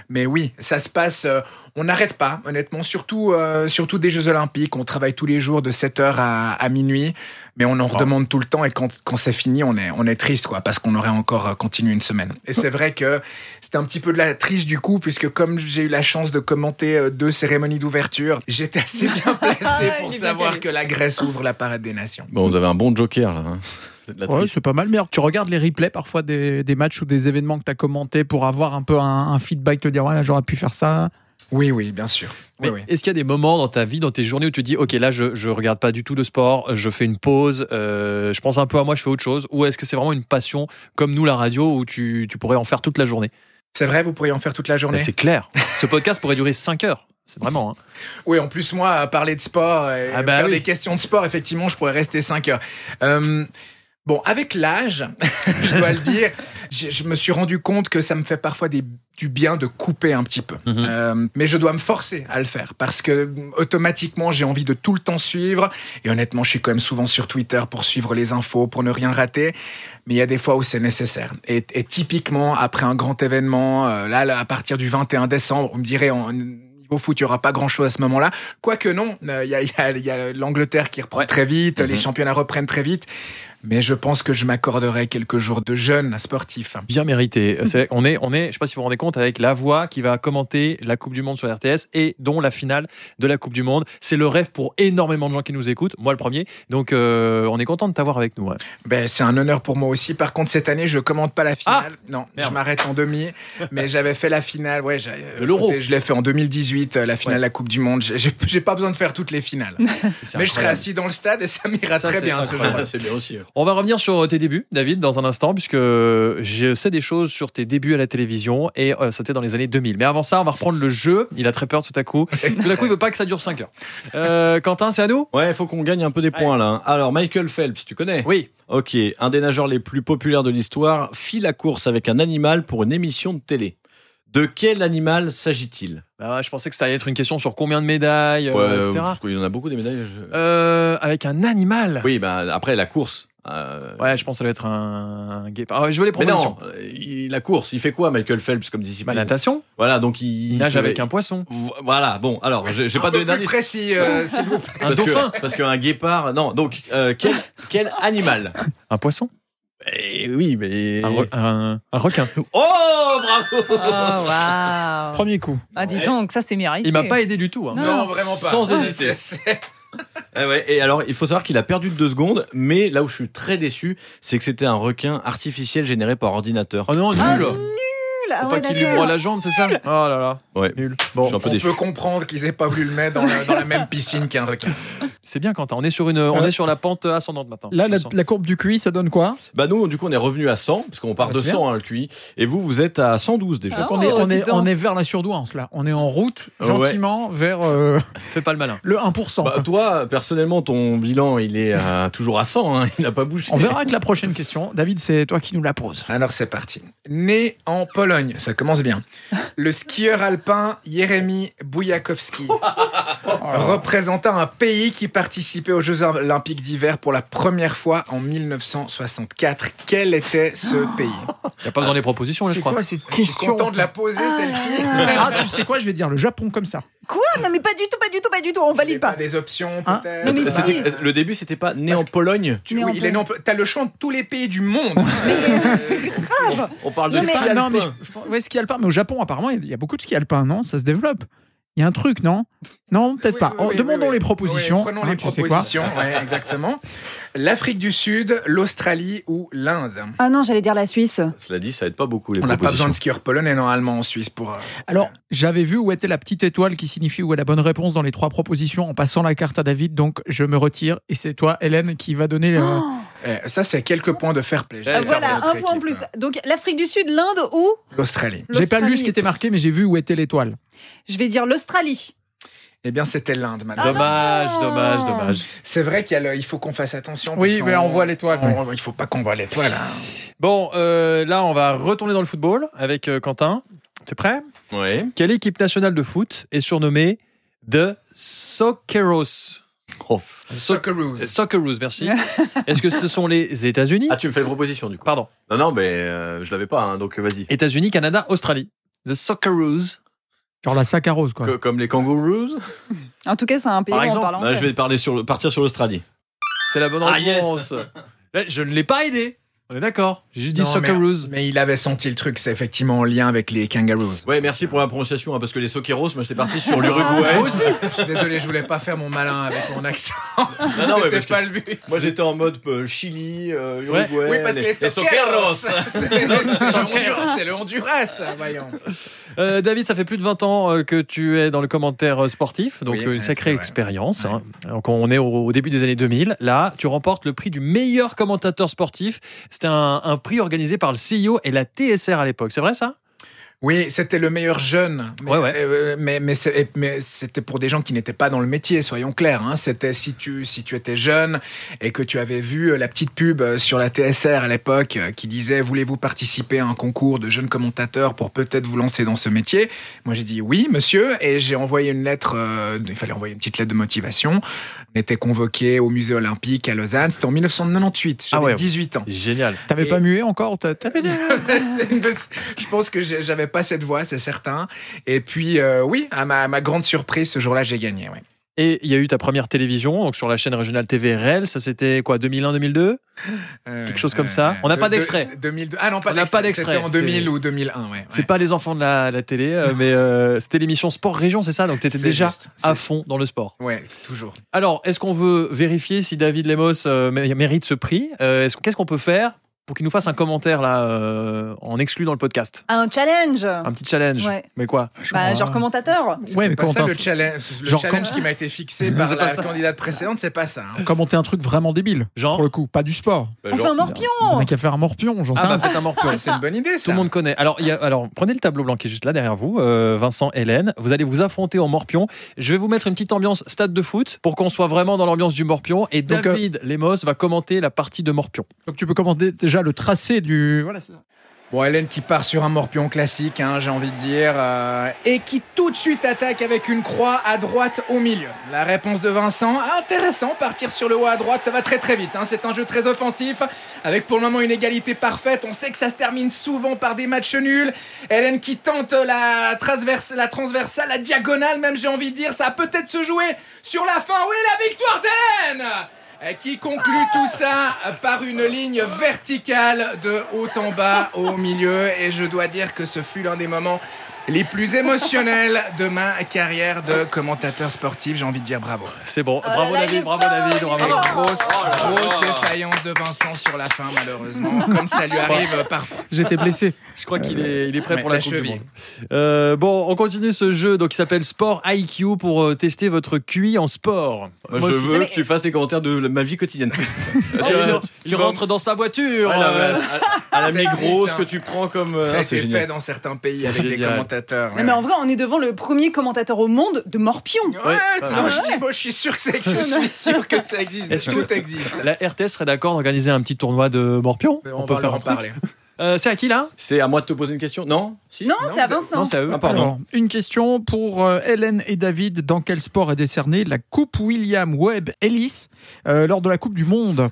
S4: Mais oui, ça se passe. Euh, on n'arrête pas, honnêtement, surtout, euh, surtout des Jeux Olympiques. On travaille tous les jours de sept heures à, à minuit, mais on en redemande tout le temps. Et quand, quand c'est fini, on est, on est triste, quoi, parce qu'on aurait encore continué une semaine. Et c'est vrai que c'était un petit peu de la triche du coup, puisque comme j'ai eu la chance de commenter deux cérémonies d'ouverture, j'étais assez bien placé pour savoir que la Grèce ouvre la Parade des Nations.
S5: Bon, vous avez un bon joker là. Hein. C'est de la
S6: Ouais,
S5: triche.
S6: c'est pas mal. Mais alors, tu regardes les replays parfois des, des matchs ou des événements que tu as commentés pour avoir un peu un, un feedback, te dire ouais, là, j'aurais pu faire ça.
S4: Oui, oui, bien sûr.
S2: Mais
S4: Oui, oui.
S2: est-ce qu'il y a des moments dans ta vie, dans tes journées où tu te dis ok, là je je regarde pas du tout de sport, je fais une pause, euh, je pense un peu à moi, je fais autre chose, ou est-ce que c'est vraiment une passion comme nous la radio où tu tu pourrais en faire toute la journée?
S4: C'est vrai, vous pourriez en faire toute la journée.
S2: Mais c'est clair. Ce podcast pourrait durer cinq heures. C'est vraiment. Hein.
S4: Oui, en plus, moi, à parler de sport et
S2: Ah bah
S4: faire
S2: oui.
S4: des questions de sport, effectivement, je pourrais rester cinq heures. Euh, bon, avec l'âge, je dois le dire, je, je me suis rendu compte que ça me fait parfois des, du bien de couper un petit peu.
S2: Mhm.
S4: Euh, mais je dois me forcer à le faire parce que automatiquement, j'ai envie de tout le temps suivre. Et honnêtement, je suis quand même souvent sur Twitter pour suivre les infos, pour ne rien rater. Mais il y a des fois où c'est nécessaire. Et, et typiquement, après un grand événement, euh, là, là, à partir du vingt et un décembre, on me dirait... En, Au foot, il n'y aura pas grand-chose à ce moment-là. Quoique non, il euh, y, y, y a l'Angleterre qui reprend
S2: Ouais.
S4: très vite,
S2: Mm-hmm.
S4: les championnats reprennent très vite. Mais je pense que je m'accorderai quelques jours de jeûne sportif.
S2: Bien mérité. C'est, on est, on est, je sais pas si vous vous rendez compte, avec La Voix qui va commenter la Coupe du Monde sur R T S et dont la finale de la Coupe du Monde. C'est le rêve pour énormément de gens qui nous écoutent, moi le premier. Donc euh, on est content de t'avoir avec nous. Ouais.
S4: Ben, c'est un honneur pour moi aussi. Par contre, cette année, je commente pas la finale. non,
S2: merde.
S4: je m'arrête en demi. Mais j'avais fait la finale. Ouais, j'ai,
S2: De l'Euro.
S4: écoutez, je l'ai fait en deux mille dix-huit, la finale
S2: Ouais.
S4: de la Coupe du Monde. J'ai, j'ai, j'ai pas besoin de faire toutes les finales.
S2: C'est
S4: Mais je serai
S2: incroyable.
S4: assis dans le stade et ça m'ira
S2: Ça,
S4: très
S2: c'est
S4: bien ce
S2: incroyable.
S4: jour-là.
S5: C'est bien aussi.
S2: On va revenir sur tes débuts, David, dans un instant, puisque je sais des choses sur tes débuts à la télévision et euh, c'était dans les années deux mille. Mais avant ça, on va reprendre le jeu. Il a très peur tout à coup. Tout à coup, il veut pas que ça dure cinq heures. Euh, Quentin, c'est à nous?
S5: Ouais, il faut qu'on gagne un peu des points là. hein. Alors, Michael Phelps, tu connais?
S2: Oui.
S5: Ok, un des nageurs les plus populaires de l'histoire fit la course avec un animal pour une émission de télé. De quel animal s'agit-il?
S2: Bah ouais, je pensais que ça allait être une question sur combien de médailles, euh, et cetera.
S5: Il y en a beaucoup des médailles. je-
S2: Euh, avec un animal.
S5: Oui, bah, après la course. euh,
S2: Ouais, je pense que ça doit être un, un guépard. Ah ouais, je veux les
S5: Mais
S2: propositions.
S5: non, euh, il- la course, il fait quoi Michael Phelps comme
S2: Bah,
S5: discipline?
S2: natation.
S5: Voilà, donc il,
S2: Il nage
S5: fait-
S2: avec un poisson.
S5: Vo- Voilà, bon, alors, j'ai j'ai pas
S4: Un peu
S5: donné
S4: plus
S5: d'indice.
S4: précis, euh, s'il vous plaît.
S2: Un
S5: Parce
S2: dauphin.
S5: que, parce qu'un guépard, non, donc, euh, quel, quel animal?
S2: Un poisson.
S5: Eh oui, mais.
S2: Un, re- un- un requin.
S5: Oh, bravo!
S3: Oh, waouh.
S6: Premier coup.
S3: Ah, dis donc, ça c'est mérité.
S2: Il m'a pas aidé du tout. Hein.
S3: Non.
S4: Non, vraiment pas.
S5: Sans hésiter.
S4: C'est- c'est-
S5: Ah ouais, et alors, il faut savoir qu'il a perdu de deux secondes, mais là où je suis très déçu, c'est que c'était un requin artificiel généré par ordinateur.
S2: Oh non, nul.
S3: Ah, nul. Ah,
S2: Faut
S3: ouais,
S2: pas qu'il lui
S3: d'accord.
S2: broie la jambe, c'est ça? Oh là là.
S5: Ouais.
S2: Nul.
S5: Je
S2: Bon,
S5: suis un peu
S4: On
S5: déçu.
S4: peut comprendre qu'ils aient pas voulu le mettre dans la, dans la même piscine qu'un requin.
S2: c'est bien, Quentin. On est sur une, on
S6: Ouais.
S2: est sur la pente ascendante maintenant.
S6: Là,
S2: Je
S6: la,
S2: sens.
S6: la courbe du Q I, ça donne quoi?
S5: Bah nous, du coup, on est revenu à cent, parce qu'on part
S6: Ah,
S5: de
S6: c'est
S5: cent hein, le Q I, et vous, vous êtes à cent douze déjà.
S3: Ah.
S6: on, est,
S3: Oh,
S6: on, est,
S3: dis donc.
S6: on est vers la surdouance, là. On est en route,
S5: Ouais.
S6: gentiment, vers euh,
S2: Fais pas le malin.
S6: le un pour cent.
S5: Bah,
S6: quoi.
S5: toi, personnellement, ton bilan, il est euh, toujours à cent, hein, il n'a pas bougé.
S6: On verra avec la prochaine question. David, c'est toi qui nous la pose.
S4: Alors c'est parti. Né en Pologne, ça commence bien. Le skieur alpin Jeremy Boujakowski représentant un pays qui participait aux Jeux Olympiques d'hiver pour la première fois en mille neuf cent soixante-quatre. Quel était ce pays?
S2: Il n'y a pas besoin des propositions, là, je
S6: C'est
S2: crois.
S6: quoi cette
S4: Je suis
S6: question?
S4: content de la poser celle-ci.
S6: Ah, tu sais quoi, je vais dire le Japon comme ça.
S3: Quoi? Non, mais pas du tout, pas du tout, pas du tout. On
S4: Vous avez
S3: valide
S4: pas
S3: pas.
S4: des options
S6: Hein
S4: peut-être.
S3: Non, mais
S5: Euh,
S3: si.
S5: c'était- Le début, c'était pas né
S4: Parce
S5: en Pologne.
S4: Tu,
S3: Né en
S4: oui, il est né en Pologne. T'as le champ de tous les pays du monde.
S3: Grave.
S5: On parle de
S3: Non, mais-
S5: ski
S6: Ah, non,
S5: alpin.
S6: mais je, je pense- ouais, ski alpin, mais au Japon, apparemment, il y a beaucoup de ski alpin, non? Ça se développe. Il y a un truc, non? Non, peut-être
S4: Oui,
S6: pas.
S4: oui,
S6: Oh,
S4: oui,
S6: demandons
S4: oui, oui.
S6: les propositions.
S4: Oui, prenons
S6: hein,
S4: les
S6: tu sais quoi.
S4: propositions. Ouais, exactement. L'Afrique du Sud, l'Australie ou l'Inde.
S3: Ah non, j'allais dire la Suisse.
S5: Cela dit, ça aide pas beaucoup les
S4: On n'a pas besoin
S5: propositions.
S4: de skieurs polonais normalement en Suisse pour. euh,
S6: Alors, j'avais vu où était la petite étoile qui signifie où est la bonne réponse dans les trois propositions en passant la carte à David, donc je me retire. Et c'est toi, Hélène, qui va donner. euh,
S3: Oh.
S4: eh, ça, c'est quelques points de fair play. Je vais
S3: Ah,
S4: faire
S3: voilà,
S4: notre
S3: un point en
S4: équipe.
S3: plus. Donc l'Afrique du Sud, l'Inde ou
S4: L'Australie.
S6: J'ai pas lu
S3: l'Australie.
S6: ce qui était marqué, mais j'ai vu où était l'étoile.
S3: Je vais dire l'Australie.
S4: Eh bien, c'était l'Inde, malheureusement.
S2: Dommage,
S3: non.
S2: dommage, dommage.
S4: C'est vrai qu'il y a le- il faut qu'on fasse attention.
S6: Oui,
S4: parce
S6: mais
S4: qu'on-
S6: on voit l'étoile,
S4: on- Il faut pas qu'on voit l'étoile. hein.
S2: Bon, euh, là, on va retourner dans le football avec euh, Quentin. Tu es prêt?
S5: Ouais.
S2: Quelle équipe nationale de foot est surnommée The Socceroos?
S5: Oh.
S4: Socceroos.
S2: Socceroos, merci. Est-ce que ce sont les États-Unis?
S5: Ah, tu me fais les propositions du coup.
S2: Pardon.
S5: Non, non, mais euh, je l'avais pas, hein, donc vas-y.
S2: États-Unis, Canada, Australie. The Socceroos.
S6: Genre la saccharose, quoi.
S5: Co- Comme les kangaroos.
S3: En tout cas, c'est un pays
S2: Par
S3: où on
S2: exemple,
S3: parle
S5: Là,
S3: anglais.
S5: je vais parler sur le- partir sur l'Australie.
S2: C'est la bonne
S5: Ah,
S2: réponse. Là, je ne l'ai pas aidé. On est d'accord. J'ai juste dit
S4: Non, mais,
S2: Socceroos.
S4: mais il avait senti le truc, c'est effectivement en lien avec les kangaroos.
S5: Ouais, merci pour la prononciation, hein, parce que les Soqueros, moi j'étais parti sur l'Uruguay.
S2: Moi aussi.
S4: Je suis désolé, je voulais pas faire mon malin avec mon accent.
S5: Non, non, mais
S4: C'était
S5: parce que
S4: pas le but.
S5: moi j'étais en mode euh, Chili, euh,
S2: Ouais.
S5: Uruguay.
S4: Oui, parce que les,
S5: Soqueros.
S4: Soqueros, c'est c'est le Honduras, c'est le Honduras, voyons.
S2: Euh, David, ça fait plus de vingt ans euh, que tu es dans le commentaire euh, sportif, donc
S4: Oui,
S2: euh, une
S4: ouais,
S2: sacrée
S4: c'est vrai.
S2: expérience. Hein. Donc on est au, au début des années deux mille. Là, tu remportes le prix du meilleur commentateur sportif. C'était un, un prix organisé par le C I O et la T S R à l'époque. C'est vrai ça?
S4: Oui, c'était le meilleur jeune. Mais,
S2: Ouais, ouais.
S4: euh, mais, mais, c'est- mais c'était pour des gens qui n'étaient pas dans le métier, soyons clairs. Hein. C'était si tu, si tu étais jeune et que tu avais vu la petite pub sur la T S R à l'époque euh, qui disait « Voulez-vous participer à un concours de jeunes commentateurs pour peut-être vous lancer dans ce métier ?» Moi, j'ai dit « Oui, monsieur ». Et j'ai envoyé une lettre, euh, il fallait envoyer une petite lettre de motivation. On était convoqué au musée olympique à Lausanne. C'était en dix-neuf cent quatre-vingt-dix-huit. J'avais
S2: Ah ouais.
S4: dix-huit ans.
S2: Génial.
S6: T'avais
S4: Et-
S6: pas mué encore? T'a- T'avais
S4: C'est une- je pense que j'ai- j'avais pas cette voix, c'est certain. Et puis, euh, oui, à ma, à ma grande surprise, ce jour-là, j'ai gagné. Ouais.
S2: Et il y a eu ta première télévision, donc sur la chaîne régionale T V R L. Ça, c'était quoi, deux mille un deux mille deux?
S4: Euh,
S2: Quelque chose comme ça. On n'a
S4: de-
S2: pas
S4: de-
S2: d'extrait.
S4: deux mille deux. Ah non, pas
S2: On n'a pas
S4: d'extrait.
S2: d'extrait.
S4: C'était en deux mille
S2: C'est-
S4: ou deux mille un, ouais.
S2: C'est
S4: ouais.
S2: pas les enfants de la, la télé, euh, mais euh, c'était l'émission Sport Région, c'est ça? Donc tu étais
S4: C'est
S2: déjà
S4: juste,
S2: à
S4: c'est-
S2: fond dans le sport.
S4: Ouais, toujours.
S2: Alors, est-ce qu'on veut vérifier si David Lemos euh, mé- mérite ce prix? Euh, est-ce- Qu'est-ce qu'on peut faire pour qu'il nous fasse un commentaire là euh, en exclu dans le podcast?
S3: Un challenge.
S2: Un petit challenge.
S3: Ouais.
S2: Mais quoi?
S3: Bah, genre commentateur.
S6: Ouais, mais
S4: Pas ça
S6: comment
S4: le challenge, le
S6: Genre
S4: challenge
S6: quand-
S4: qui m'a été fixé par
S2: C'est
S4: la
S2: pas ça.
S4: candidate précédente, c'est pas ça. hein.
S6: commenter un truc vraiment débile?
S2: Genre
S6: Pour le coup, pas du sport.
S5: Bah,
S3: On
S5: genre-
S3: fait un morpion.
S6: On a qu'à faire un morpion, j'en sais
S2: Ah
S6: rien.
S2: bah faites un morpion.
S4: Ah, c'est une bonne idée, ça.
S2: Tout le monde connaît. Alors, il y a- alors, prenez le tableau blanc qui est juste là derrière vous, euh, Vincent, Hélène. Vous allez vous affronter en morpion. Je vais vous mettre une petite ambiance stade de foot pour qu'on soit vraiment dans l'ambiance du morpion. Et
S6: Donc, euh,
S2: David Lemos va commenter la partie de morpion.
S6: Donc tu peux commenter déjà le tracé du. Voilà, c'est ça.
S4: Bon, Hélène qui part sur un morpion classique, hein, j'ai envie de dire, euh, et qui tout de suite attaque avec une croix à droite au milieu. La réponse de Vincent, intéressant, partir sur le haut à droite, ça va très très vite. Hein, c'est un jeu très offensif, avec pour le moment une égalité parfaite. On sait que ça se termine souvent par des matchs nuls. Hélène qui tente la, transverse, la transversale, la diagonale même, j'ai envie de dire, ça va peut-être se jouer sur la fin. Oui, la victoire d'Hélène euh, qui conclut tout ça par une ligne verticale de haut en bas au milieu. Et je dois dire que ce fut l'un des moments les plus émotionnels de ma carrière de commentateur sportif. J'ai envie de dire bravo.
S2: C'est bon.
S3: Oh
S2: bravo
S3: là là, il
S2: David,
S3: est
S2: bravo
S3: fort,
S2: David,
S3: il est
S2: bravo.
S4: Et
S3: fort.
S4: grosse,
S5: Oh là là.
S4: grosse défaillance de Vincent sur la fin, malheureusement, comme ça lui arrive parfois.
S6: J'étais blessé.
S2: Je crois qu'il est, il est prêt
S4: ouais,
S2: pour la,
S4: la
S2: Coupe du
S4: cheville.
S2: Monde. Euh, bon, on continue ce jeu donc, qui s'appelle Sport I Q pour euh, tester votre Q I en sport.
S5: Moi,
S2: Moi
S5: je
S2: aussi.
S5: veux
S3: Mais-
S5: que tu fasses les commentaires de ma vie quotidienne.
S2: tu
S5: tu vas-
S2: tu
S5: tu vas-
S2: rentres dans sa voiture.
S5: Voilà,
S2: euh,
S5: ouais, à, à la
S4: Ça
S5: Migros,
S4: existe,
S5: ce
S4: hein.
S5: que tu prends comme. euh,
S4: Ça
S5: ah,
S4: a
S5: c'est
S4: été
S5: génial.
S4: fait dans certains pays
S2: C'est
S4: avec des
S2: génial.
S4: commentateurs.
S3: Non,
S4: ouais.
S3: mais en vrai, on est devant le premier commentateur au monde de morpion.
S4: Ouais,
S2: Ouais,
S4: non,
S2: ouais.
S4: je, dis, moi, je suis sûr que ça existe. Je suis sûr que ça existe.
S2: Est-ce
S4: Tout
S2: que-
S4: existe.
S2: La R T S serait d'accord d'organiser un petit tournoi de morpion?
S4: On,
S2: peut
S4: va
S2: faire
S4: leur
S2: un
S4: en
S2: truc.
S4: parler.
S2: Euh, c'est à qui là?
S5: C'est à moi de te poser une question. Non Si
S3: Non,
S4: Non,
S3: c'est à
S4: c'est-
S3: Vincent.
S2: Non, c'est à eux.
S5: Ah, pardon.
S6: Alors, une question pour euh, Hélène et David. Dans quel sport est décernée la Coupe William Webb Ellis euh, lors de la Coupe du Monde?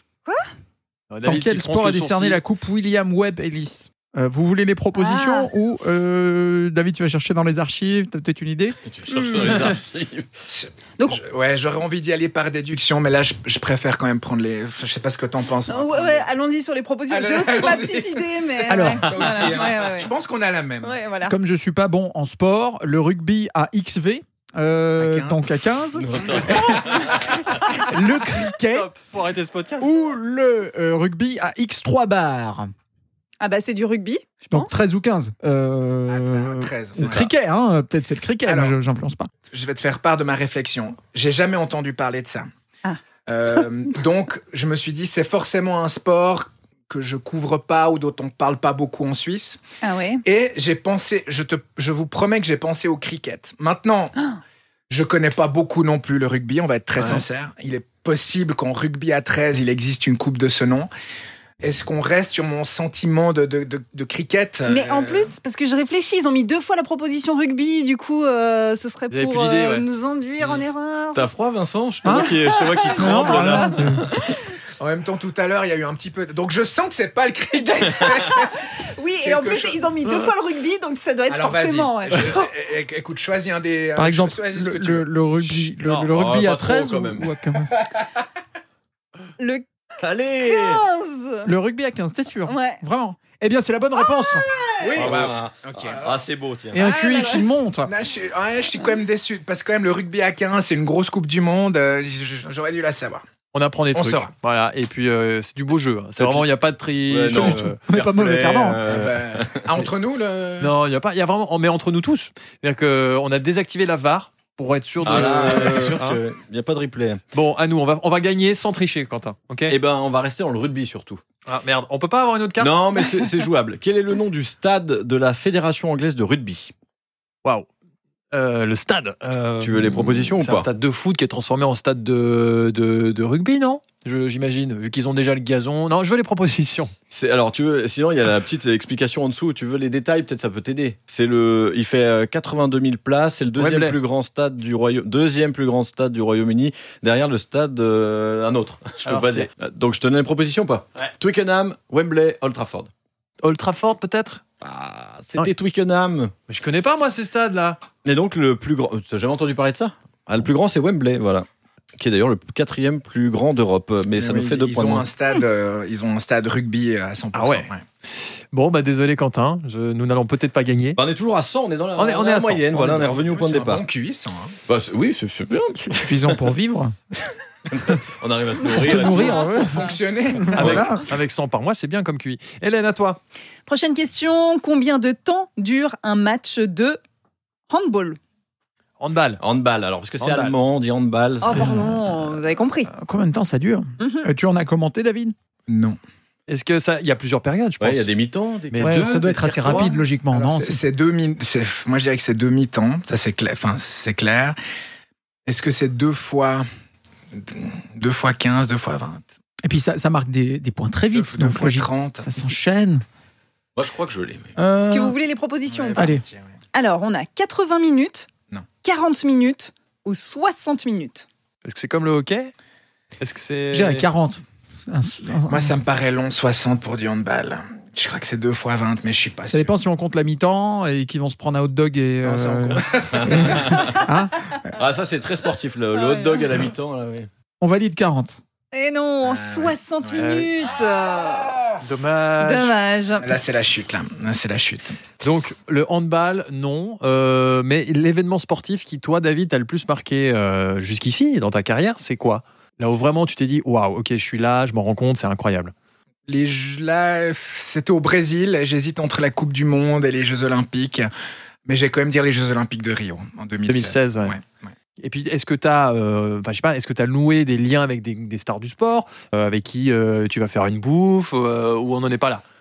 S2: Euh,
S6: Dans
S2: David
S6: quel
S2: qui fronce
S6: sport
S2: le
S6: est décernée
S2: sourcil.
S6: la Coupe William Webb Ellis? Euh, vous voulez les propositions
S3: Ah.
S6: ou euh, David, tu vas chercher dans les archives? T'as peut-être une idée?
S5: Tu cherches dans les archives.
S3: Donc-
S4: Je- ouais, j'aurais envie d'y aller par déduction, mais là, je, je préfère quand même prendre les. Je sais pas ce que t'en penses.
S3: Non, ouais, ouais, allons-y sur les propositions. J'ai
S4: Allez,
S3: aussi ma
S4: allons-y.
S3: petite idée, mais.
S6: Alors.
S3: ouais.
S4: Toi aussi,
S3: Voilà,
S4: hein.
S3: ouais, ouais, ouais.
S4: Je pense qu'on a la même.
S3: Ouais, voilà.
S6: Comme je suis pas bon en sport, le rugby à X V, euh,
S4: À quinze.
S6: donc à quinze,
S5: Non, c'est vrai.
S6: le cricket
S2: Stop, faut arrêter ce podcast.
S6: ou le euh, rugby à X trois bars.
S3: Ah bah c'est du rugby, je
S6: Donc
S3: pense.
S6: treize ou quinze. Euh,
S4: Ah, treize.
S6: c'est le
S4: Ouais.
S6: cricket, hein, peut-être c'est le cricket,
S4: Alors.
S6: moi je- j'influence pas.
S4: Je vais te faire part de ma réflexion. J'ai jamais entendu parler de ça.
S3: Ah.
S4: Euh, donc, je me suis dit, c'est forcément un sport que je couvre pas ou dont on parle pas beaucoup en Suisse.
S3: Ah ouais.
S4: Et j'ai pensé, je, te, je vous promets que j'ai pensé au cricket. Maintenant,
S3: Ah.
S4: je connais pas beaucoup non plus le rugby, on va être très
S5: Ouais.
S4: sincère. Il est possible qu'en rugby à treize, il existe une coupe de ce nom. Est-ce qu'on reste sur mon sentiment de, de, de, de cricket?
S3: Mais en
S4: Euh,
S3: plus, parce que je réfléchis, ils ont mis deux fois la proposition rugby, du coup, euh, ce serait
S2: Vous avez
S3: pour
S2: plus d'idée,
S3: euh,
S2: ouais.
S3: nous induire en
S2: Mmh.
S3: erreur.
S5: T'as froid, Vincent? Je te
S6: Hein
S5: vois qui, je te vois qui tremble
S6: Non,
S5: là.
S6: non, c'est-
S4: En même temps, tout à l'heure, il y a eu un petit peu. Donc, je sens que c'est pas le cricket.
S3: Oui, et en
S4: Quelque
S3: plus,
S4: chose.
S3: ils ont mis deux fois le rugby, donc ça doit être
S4: Alors,
S3: forcément.
S4: vas-y.
S3: ouais.
S4: Je- é- écoute, choisis un des.
S6: Par
S4: euh,
S6: exemple,
S4: choisis ce
S6: le,
S4: que tu
S6: le,
S4: veux.
S6: le rugby, le,
S5: Non,
S6: le rugby
S5: pas
S6: à
S5: trop,
S6: treize
S5: quand
S6: ou,
S5: même.
S6: ou à quinze
S3: Le
S5: Allez
S3: quinze.
S6: Le rugby à quinze, t'es sûr?
S3: Ouais.
S6: Vraiment? Eh bien, c'est la bonne réponse.
S4: Oui,
S5: Ah,
S4: bah,
S5: ouais.
S4: ok.
S5: Ah, c'est beau, tiens.
S6: Et un
S4: Ah,
S6: Q I
S4: là,
S6: qui
S4: là.
S6: monte.
S4: Là, je, suis, ouais, je suis quand même déçu parce que quand même le rugby à quinze, c'est une grosse coupe du monde. euh, j- j- J'aurais dû la savoir.
S2: On apprend des
S4: On
S2: trucs.
S4: saura.
S2: Voilà. Et puis, euh, c'est du beau jeu. hein. C'est
S5: Et
S2: vraiment, il
S5: puis-
S2: n'y a pas de tri.
S5: Ouais, non,
S6: du tout.
S5: euh,
S6: On n'est pas mauvais
S5: fair play,
S6: perdant.
S5: euh,
S4: Bah, ah, entre nous, le.
S2: Non, il y a pas. Il y a vraiment. Mais entre nous tous. C'est-à-dire qu'on a désactivé la V A R pour être sûr de.
S5: Ah là, c'est sûr
S2: hein.
S5: qu'il n'y a pas de replay.
S2: Bon, à nous, on va, on va gagner sans tricher, Quentin. Ok.
S5: Eh ben, on va rester dans le rugby surtout.
S2: Ah merde, on peut pas avoir une autre carte.
S5: Non, mais c'est c'est jouable. Quel est le nom du stade de la Fédération anglaise de rugby?
S2: Waouh. Euh, le stade. euh,
S5: Tu veux les propositions ou
S2: c'est
S5: pas?
S2: un stade de foot qui est transformé en stade de, de, de rugby, non Je- J'imagine, vu qu'ils ont déjà le gazon. Non, je veux les propositions.
S5: C'est alors tu veux sinon il y a la petite explication en dessous. Tu veux les détails, peut-être ça peut t'aider. C'est le il fait euh, quatre-vingt-deux mille places, c'est le deuxième
S2: Wembley.
S5: plus grand stade du Royaume deuxième plus grand stade du Royaume-Uni derrière le stade euh, un autre. Je peux
S2: Alors,
S5: pas
S2: c'est-
S5: dire. Euh, Donc je te donne les propositions ou pas?
S2: Ouais.
S5: Twickenham, Wembley, Old Trafford.
S2: Old Trafford, peut-être
S5: Ah, c'était Twickenham.
S2: Mais je connais pas, moi, ces stades-là.
S5: Et donc le plus grand, t'as jamais entendu parler de ça? Ah, le plus grand c'est Wembley, voilà. Qui est d'ailleurs le quatrième plus grand d'Europe, mais ça
S4: Oui,
S5: nous fait
S4: ils,
S5: deux
S4: ils
S5: points de
S4: ont
S5: moins.
S4: un stade, euh, ils ont un stade rugby à cent pour cent.
S2: Ah ouais. Bon, bah désolé, Quentin. Je- nous n'allons peut-être pas gagner.
S5: Bah, on est toujours à cent, on est dans la,
S2: On est- on est
S5: la
S2: à cent.
S5: moyenne, voilà, on est revenu au point de
S4: C'est un
S5: départ.
S4: bon Q I, ça. hein.
S5: Bah, c'est- oui, c'est c'est bien.
S6: Suffisant pour vivre.
S5: On arrive à se
S6: Pour
S5: nourrir.
S6: te
S5: et tout.
S6: nourrir, ouais.
S4: Fonctionner.
S2: Avec,
S6: Voilà.
S2: avec cent par mois, c'est bien comme Q I. Hélène, à toi.
S3: Prochaine question. Combien de temps dure un match de handball?
S2: Handball.
S5: Handball, alors parce que c'est
S2: Handball.
S5: allemand, on dit handball.
S3: Oh,
S5: c'est-
S3: pardon, vous avez compris.
S6: Combien de temps ça dure?
S3: Mhm.
S6: Euh, Tu en as commenté, David?
S4: Non.
S2: Est-ce que ça. Il y a plusieurs périodes, je pense.
S5: Ouais, il y a des mi-temps, des
S2: Mais
S5: quarts
S6: Ouais,
S2: deux,
S5: d'heure,
S6: ça doit
S5: des
S6: être assez
S5: tiers trois.
S6: rapide, logiquement,
S4: Alors,
S6: non?
S4: c'est- c'est deux mi- c'est- Moi, je dirais que c'est deux mi-temps. Ça, c'est clair. Enfin, c'est clair. Est-ce que c'est deux fois, deux fois quinze, deux fois vingt,
S6: Et puis ça, ça marque des, des points très
S4: deux,
S6: vite.
S4: deux
S6: donc
S4: fois
S6: logique,
S4: trente?
S6: ça s'enchaîne.
S5: Moi, je crois que je l'ai. mais-
S6: Euh,
S3: Est-ce que vous voulez les propositions
S4: Ouais,
S3: ou pas
S6: Allez.
S4: tiens, ouais.
S3: Alors, on a quatre-vingts minutes,
S4: Non.
S3: quarante minutes ou soixante minutes.
S2: Est-ce que c'est comme le hockey Est-ce que c'est.
S6: Je dirais quarante. Un- un-
S4: Moi, ça me paraît long, soixante pour du handball. Je crois que c'est deux fois vingt, mais je suis pas
S6: Ça
S4: sûr.
S6: dépend si on compte la mi-temps et qu'ils vont se prendre un hot dog et.
S4: Non, ça, on
S6: euh,
S4: compte.
S6: hein
S5: Ah, ça, c'est très sportif, le, le
S3: Ah
S5: hot
S3: ouais.
S5: dog à la mi-temps. Là, oui.
S6: On valide quarante.
S3: Et non,
S4: Ah,
S3: soixante
S4: ouais.
S3: minutes.
S2: Dommage.
S3: Dommage.
S4: Là, c'est la chute, là. Là, c'est la chute.
S2: Donc, le handball, non. Euh, mais l'événement sportif qui, toi, David, t'as le plus marqué euh, jusqu'ici, dans ta carrière, c'est quoi? Là où vraiment tu t'es dit, waouh, ok, je suis là, je m'en rends compte, c'est incroyable.
S4: Les jeux, là, c'était au Brésil. J'hésite entre la Coupe du Monde et les Jeux Olympiques. Mais j'ai quand même dire les Jeux Olympiques de Rio en deux mille seize.
S2: deux mille seize, ouais.
S4: ouais.
S2: Et puis, est-ce que tu as, enfin, je sais pas, est-ce que tu as noué des liens avec des, des stars du sport, euh, avec qui euh, tu vas faire une bouffe, euh, ou on n'en est pas là?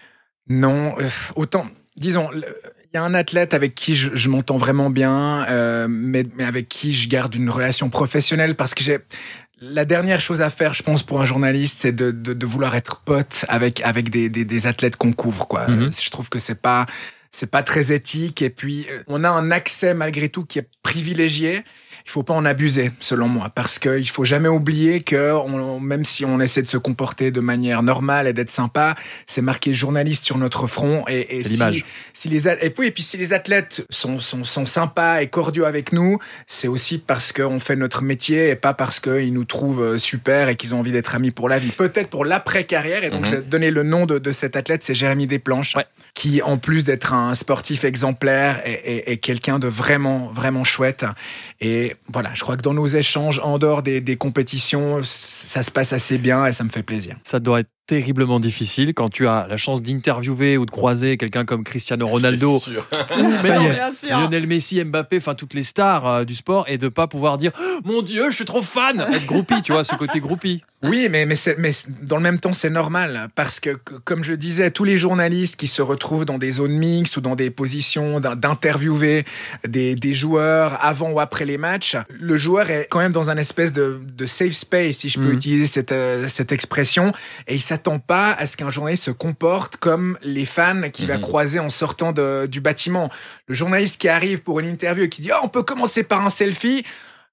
S4: Non, euh, autant, disons, il y a un athlète avec qui je, je m'entends vraiment bien, euh, mais, mais avec qui je garde une relation professionnelle parce que j'ai. La dernière chose à faire, je pense, pour un journaliste, c'est de, de, de vouloir être pote avec, avec des, des, des athlètes qu'on couvre, quoi.
S2: Mhm.
S4: Euh, Je trouve que c'est pas, c'est pas très éthique. Et puis, euh, on a un accès, malgré tout, qui est privilégié. Il faut pas en abuser, selon moi, parce qu'il faut jamais oublier que on, même si on essaie de se comporter de manière normale et d'être sympa, c'est marqué journaliste sur notre front. Et, et
S2: C'est
S4: si,
S2: l'image.
S4: si les a- et puis, et puis si les athlètes sont, sont, sont sympas et cordiaux avec nous, c'est aussi parce qu'on fait notre métier et pas parce qu'ils nous trouvent super et qu'ils ont envie d'être amis pour la vie. Peut-être pour l'après-carrière. Et donc,
S5: Mhm.
S4: je vais te donner le nom de, de cet athlète, c'est Jérémy Desplanches,
S2: Ouais.
S4: qui, en plus d'être un sportif exemplaire, est, est, est quelqu'un de vraiment, vraiment chouette. Et voilà, je crois que dans nos échanges, en dehors des, des compétitions, ça se passe assez bien et ça me fait plaisir.
S2: Ça doit être terriblement difficile quand tu as la chance d'interviewer ou de croiser quelqu'un comme Cristiano Ronaldo,
S5: C'est sûr.
S2: mais
S6: Ça
S2: non,
S6: y est.
S3: Bien sûr.
S2: Lionel Messi, Mbappé, enfin toutes les stars euh, du sport, et de pas pouvoir dire oh, mon Dieu, je suis trop fan, être groupie, tu vois, ce côté groupie.
S4: Oui, mais, mais, c'est- mais dans le même temps, c'est normal. Parce que, que, comme je disais, tous les journalistes qui se retrouvent dans des zones mixtes ou dans des positions d'in- d'interviewer des, des joueurs avant ou après les matchs, le joueur est quand même dans un espèce de, de safe space, si je peux
S2: Mhm.
S4: utiliser cette, euh, cette expression, et il s'attend pas à ce qu'un journaliste se comporte comme les fans qu'il va
S5: Mhm.
S4: croiser en sortant de- du bâtiment. Le journaliste qui arrive pour une interview et qui dit « Oh, on peut commencer par un selfie »,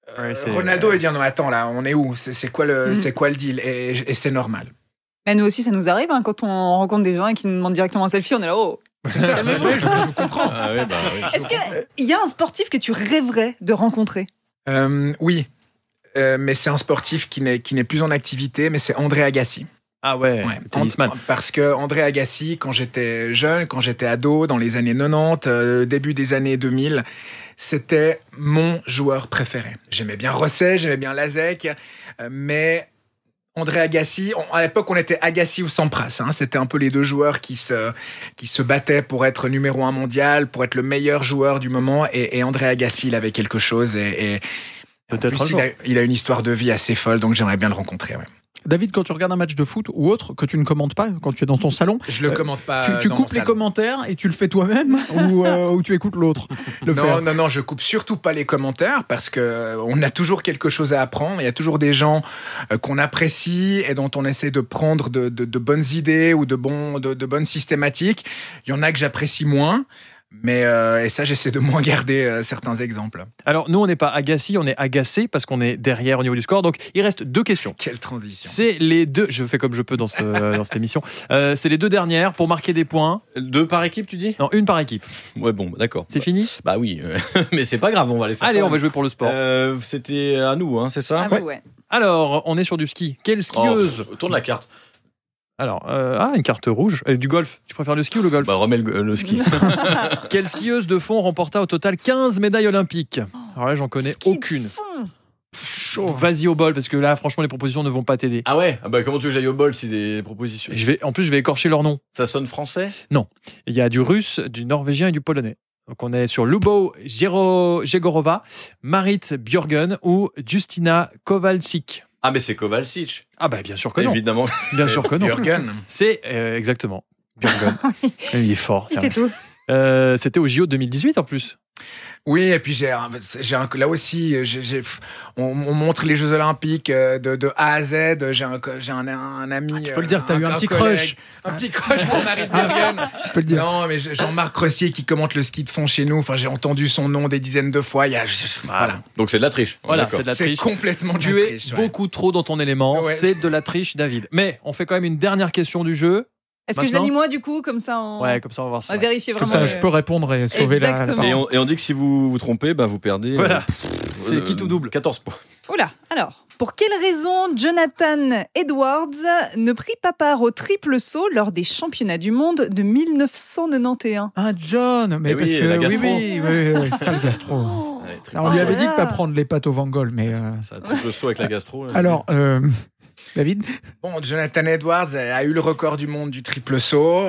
S4: Euh,
S2: Ouais, c'est-
S4: Ronaldo il dit non attends là on est où, c'est, c'est quoi le
S3: Mm.
S4: c'est quoi le deal, et, et c'est normal.
S3: Mais nous aussi, ça nous arrive hein, quand on rencontre des gens et qui nous demandent directement un selfie, on est là, oh.
S4: C'est ça,
S3: Mais
S4: oui, je, je comprends.
S5: Ah ouais, bah oui.
S3: Est-ce qu'il y a un sportif que tu rêverais de rencontrer?
S4: Euh, oui, Euh, mais c'est un sportif qui n'est qui n'est plus en activité, mais c'est André Agassi.
S2: Ah ouais,
S4: Ouais.
S2: tennisman.
S4: En- Parce que André Agassi, quand j'étais jeune, quand j'étais ado, dans les années quatre-vingt-dix, euh, début des années deux mille, c'était mon joueur préféré. J'aimais bien Rosset, j'aimais bien Lazek, euh, mais André Agassi, on- à l'époque on était Agassi ou Sampras, hein, c'était un peu les deux joueurs qui se, qui se battaient pour être numéro un mondial, pour être le meilleur joueur du moment, et, et André Agassi, il avait quelque chose, et, et en
S2: Peut-être un
S4: plus, il
S2: jour.
S4: a, il a une histoire de vie assez folle, donc j'aimerais bien le rencontrer. Ouais.
S6: David, quand tu regardes un match de foot ou autre que tu ne commentes pas, quand tu es dans ton salon,
S4: Je le
S6: Euh,
S4: commente pas.
S6: tu, tu
S4: dans
S6: coupes
S4: mon
S6: les
S4: salon.
S6: commentaires et tu le fais toi-même ou, euh, ou tu écoutes l'autre le
S4: Non,
S6: faire.
S4: non, non, je coupe surtout pas les commentaires parce que euh, on a toujours quelque chose à apprendre. Il y a toujours des gens euh, qu'on apprécie et dont on essaie de prendre de, de, de bonnes idées ou de, bons, de, de bonnes systématiques. Il y en a que j'apprécie moins. Mais euh, et ça, j'essaie de moins garder euh, certains exemples.
S2: Alors, nous, on n'est pas Agassi, on est agacé parce qu'on est derrière au niveau du score. Donc, il reste deux questions.
S4: Quelle transition.
S2: C'est les deux. Je fais comme je peux dans, ce, dans cette émission. Euh, c'est les deux dernières pour marquer des points.
S5: Deux par équipe, tu dis?
S2: Non, une par équipe.
S5: Ouais, bon, bah, d'accord.
S2: C'est fini?
S5: Bah oui, euh, mais c'est pas grave, on va les faire.
S2: Allez,
S5: quand
S2: on va
S5: même.
S2: jouer pour le sport.
S5: Euh, C'était à nous, hein, c'est ça?
S3: Ah, ouais.
S2: Alors, on est sur du ski. Quelle skieuse?
S5: Oh, tourne la carte.
S2: Alors, euh, ah, une carte rouge. Euh, du golf. Tu préfères le ski ou le golf?
S5: Bah remets le, le ski.
S2: Quelle skieuse de fond remporta au total quinze médailles olympiques? Alors là, j'en connais
S3: Ski de
S2: aucune.
S3: fond.
S2: Chaud. Vas-y au bol parce que là, franchement, les propositions ne vont pas t'aider.
S5: Ah ouais? Ah bah comment tu veux que j'aille au bol si des propositions?
S2: Je vais, en plus, je vais écorcher leur nom.
S5: Ça sonne français?
S2: Il y a du russe, du norvégien et du polonais. Donc on est sur Lubo Jero- Jegorova, Marit Björgen ou Justina Kowalczyk.
S5: Ah mais c'est Kovalcic.
S2: Ah bah bien sûr que non.
S5: Évidemment.
S2: Bien sûr que non.
S4: Jürgen.
S2: C'est euh, exactement Björgen. Il est fort.
S3: Et
S2: c'est
S3: c'est tout.
S2: Euh, C'était au J O deux mille dix-huit en plus.
S4: Oui, et puis j'ai, un- j'ai un, là aussi, j'ai, j'ai- on, on montre les Jeux Olympiques euh, de, de A à Z. J'ai un, j'ai un, un ami.
S6: tu peux le dire que t'as
S4: euh,
S6: eu un petit
S4: collègue.
S6: crush.
S4: Un petit crush pour Marie Björgen.
S6: Je peux le dire.
S4: Non, mais Jean-Marc Rossier qui commente le ski de fond chez nous. Enfin, j'ai entendu son nom des dizaines de fois. Il y a, voilà.
S5: Donc c'est de la triche.
S2: Voilà,
S5: D'accord.
S2: c'est de la
S4: C'est
S2: triche.
S4: complètement de
S2: Tu
S4: la
S2: es
S4: triche, ouais.
S2: beaucoup trop dans ton élément.
S4: Ouais.
S2: C'est de la triche, David. Mais on fait quand même une dernière question du jeu.
S3: Est-ce que je
S2: Maintenant
S3: l'ai mis moi du coup, comme ça on,
S2: Ouais, comme ça on va voir
S3: on
S2: ça.
S3: va vérifier
S6: Comme
S3: vraiment.
S6: ça, je peux répondre et sauver la, la
S3: Exactement.
S6: partie.
S5: Et on, et on dit que si vous vous trompez, bah vous perdez.
S2: Voilà.
S5: euh,
S2: C'est
S5: le-
S2: quitte ou double.
S5: quatorze points.
S3: Oula, alors, pour quelle raison Jonathan Edwards ne prit pas part au triple saut lors des championnats du monde de mille neuf cent quatre-vingt-onze?
S6: Ah, John, mais
S5: Eh
S6: parce
S5: oui,
S6: que
S5: la
S6: oui,
S5: gastro.
S6: oui, oui, oui, ça le gastro.
S5: Allez, triple-
S6: Alors, on lui avait
S3: Oh
S6: dit de
S3: là
S6: pas
S3: là.
S6: prendre les pâtes au Van Gogh, mais euh,
S5: Ça triple saut avec la gastro. là.
S6: alors, euh, David,
S4: Bon, Jonathan Edwards a eu le record du monde du triple saut.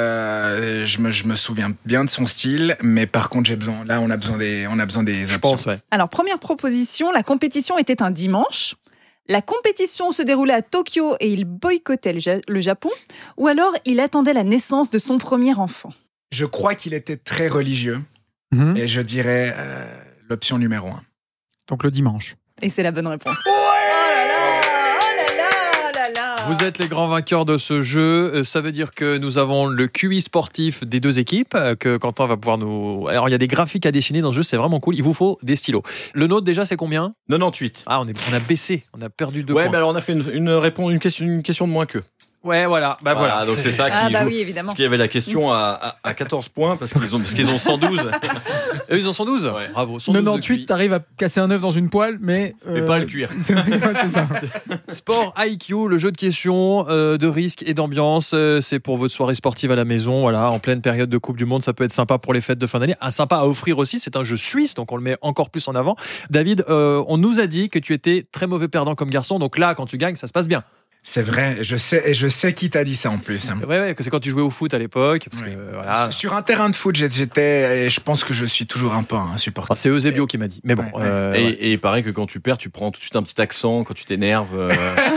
S4: Euh, je, me, je me souviens bien de son style, mais par contre, j'ai besoin. Là, on a besoin des, on a besoin des
S2: Je
S4: options.
S2: pense, ouais.
S3: Alors, première proposition, la compétition était un dimanche. La compétition se déroulait à Tokyo et il boycottait le, Ja- le Japon. Ou alors, il attendait la naissance de son premier enfant.
S4: Je crois qu'il était très religieux,
S6: Mhm.
S4: et je dirais euh, l'option numéro un.
S6: donc le dimanche.
S3: Et c'est la bonne réponse. Oh là là, oh là là, oh là là.
S2: Vous êtes les grands vainqueurs de ce jeu. Euh, Ça veut dire que nous avons le Q I sportif des deux équipes, euh, que Quentin va pouvoir nous... Alors, il y a des graphiques à dessiner dans ce jeu, c'est vraiment cool. Il vous faut des stylos. Le nôtre, déjà, c'est combien?
S5: quatre-vingt-dix-huit.
S2: Ah, on, est... on a baissé. On a perdu deux
S5: Ouais,
S2: points.
S5: mais alors on a fait une, une réponse, une question, une question de moins que.
S2: Ouais, voilà. Bah voilà.
S5: Voilà, donc c'est ça qui
S3: Ah bah
S5: joue.
S3: oui, évidemment.
S5: Parce qu'il y avait la question à, à, à quatorze points parce qu'ils ont, parce qu'ils ont cent douze.
S2: Eux, ils en sont douze.
S5: Ouais.
S2: Bravo. cent douze de
S6: quatre-vingt-dix-huit,
S2: Q I.
S6: t'arrives à casser un œuf dans une poêle, mais
S5: Mais
S6: euh,
S5: pas à le cuire.
S6: C'est ouais, c'est ça.
S2: Sport I Q, le jeu de questions, euh, de risques et d'ambiance. Euh, c'est pour votre soirée sportive à la maison. Voilà, en pleine période de Coupe du Monde, ça peut être sympa pour les fêtes de fin d'année. Un sympa à offrir aussi. C'est un jeu suisse, donc on le met encore plus en avant. David, euh, on nous a dit que tu étais très mauvais perdant comme garçon. Donc là, quand tu gagnes, ça se passe bien.
S4: C'est vrai, je sais, et je sais qui t'a dit ça en plus. hein.
S2: Ouais, ouais, que c'est quand tu jouais au foot à l'époque. Parce
S4: Ouais.
S2: que, euh, voilà.
S4: Sur un terrain de foot, j'étais, et je pense que je suis toujours un peu un supporter.
S2: Enfin, c'est Eusebio qui m'a dit. Mais bon.
S4: Ouais, ouais.
S2: euh,
S5: Et,
S2: ouais.
S5: et il paraît que quand tu perds, tu prends tout de suite un petit accent quand tu t'énerves. euh,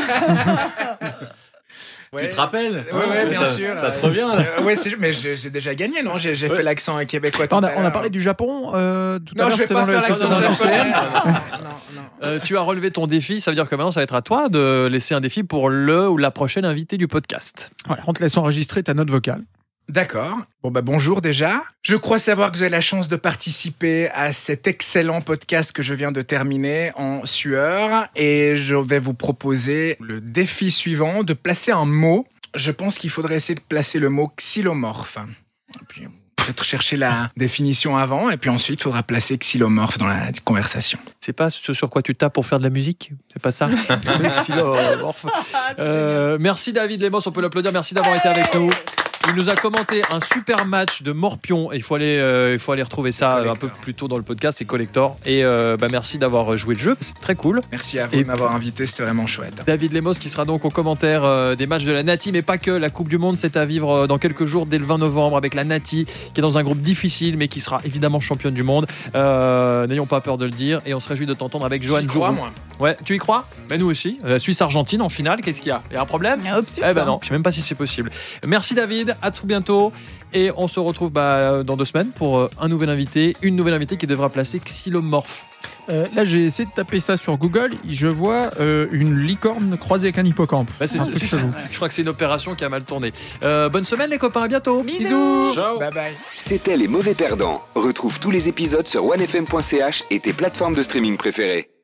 S4: Ouais.
S5: Tu te rappelles
S4: Ouais, ouais, bien
S5: ça,
S4: sûr.
S5: Ça te revient là.
S4: Euh, ouais, c'est- mais j'ai j'ai déjà gagné, non? J'ai j'ai
S5: Ouais.
S4: fait l'accent québécois. tout
S6: On a,
S4: à
S6: on a
S4: l'heure.
S6: parlé du Japon euh, tout à
S4: Non,
S6: l'heure.
S4: je vais
S6: c'était
S4: pas
S6: dans le-
S4: faire
S6: c'était
S4: l'accent
S6: dans le
S4: japonais.
S6: C M.
S4: Non, non.
S2: Euh, tu as relevé ton défi. Ça veut dire que maintenant, ça va être à toi de laisser un défi pour le ou la prochaine invitée du podcast.
S6: Voilà, on te laisse enregistrer ta note vocale.
S4: D'accord. Bon bah bonjour déjà. Je crois savoir que vous avez la chance de participer à cet excellent podcast que je viens de terminer en sueur et je vais vous proposer le défi suivant de placer un mot. Je pense qu'il faudrait essayer de placer le mot xylomorphe. Et puis peut-être chercher la définition avant et puis ensuite il faudra placer xylomorphe dans la conversation.
S2: C'est pas ce sur quoi tu tapes pour faire de la musique? C'est pas ça? Xylomorphe. Euh, merci David Lemos, on peut l'applaudir. Merci d'avoir été avec nous. Il nous a commenté un super match de Morpion. Il faut aller, euh, il faut aller retrouver ça Collector. Un peu plus tôt dans le podcast. C'est Collector. Et euh, bah, merci d'avoir joué le jeu. C'est très cool.
S4: Merci à vous
S2: et
S4: de m'avoir invité. C'était vraiment chouette.
S2: David Lemos qui sera donc au commentaire euh, des matchs de la Nati, mais pas que. La Coupe du Monde, c'est à vivre euh, dans quelques jours, dès le vingt novembre, avec la Nati, qui est dans un groupe difficile, mais qui sera évidemment championne du monde. Euh, n'ayons pas peur de le dire. Et on se réjouit de t'entendre avec Johan.
S4: J'y crois, moi.
S2: Ouais, tu y crois? Mais nous aussi. Euh, Suisse-Argentine en finale. Qu'est-ce qu'il y a? Il y a un problème?
S3: Ah, hop,
S2: Eh ben non, je sais même pas si c'est possible. Merci David. À tout bientôt. Et on se retrouve bah, dans deux semaines pour un nouvel invité, une nouvelle invitée qui devra placer xylomorphe.
S6: Euh, là, j'ai essayé de taper ça sur Google. Je vois euh, une licorne croisée avec un hippocampe.
S2: Bah, c'est,
S6: Un
S2: c'est,
S6: peu
S2: c'est
S6: chelou.
S2: ça. Je crois que c'est une opération qui a mal tourné. Euh, bonne semaine les copains, à bientôt.
S3: Bisous.
S2: Ciao.
S4: Bye bye.
S1: C'était Les Mauvais Perdants. Retrouve tous les épisodes sur one f m point c h et tes plateformes de streaming préférées.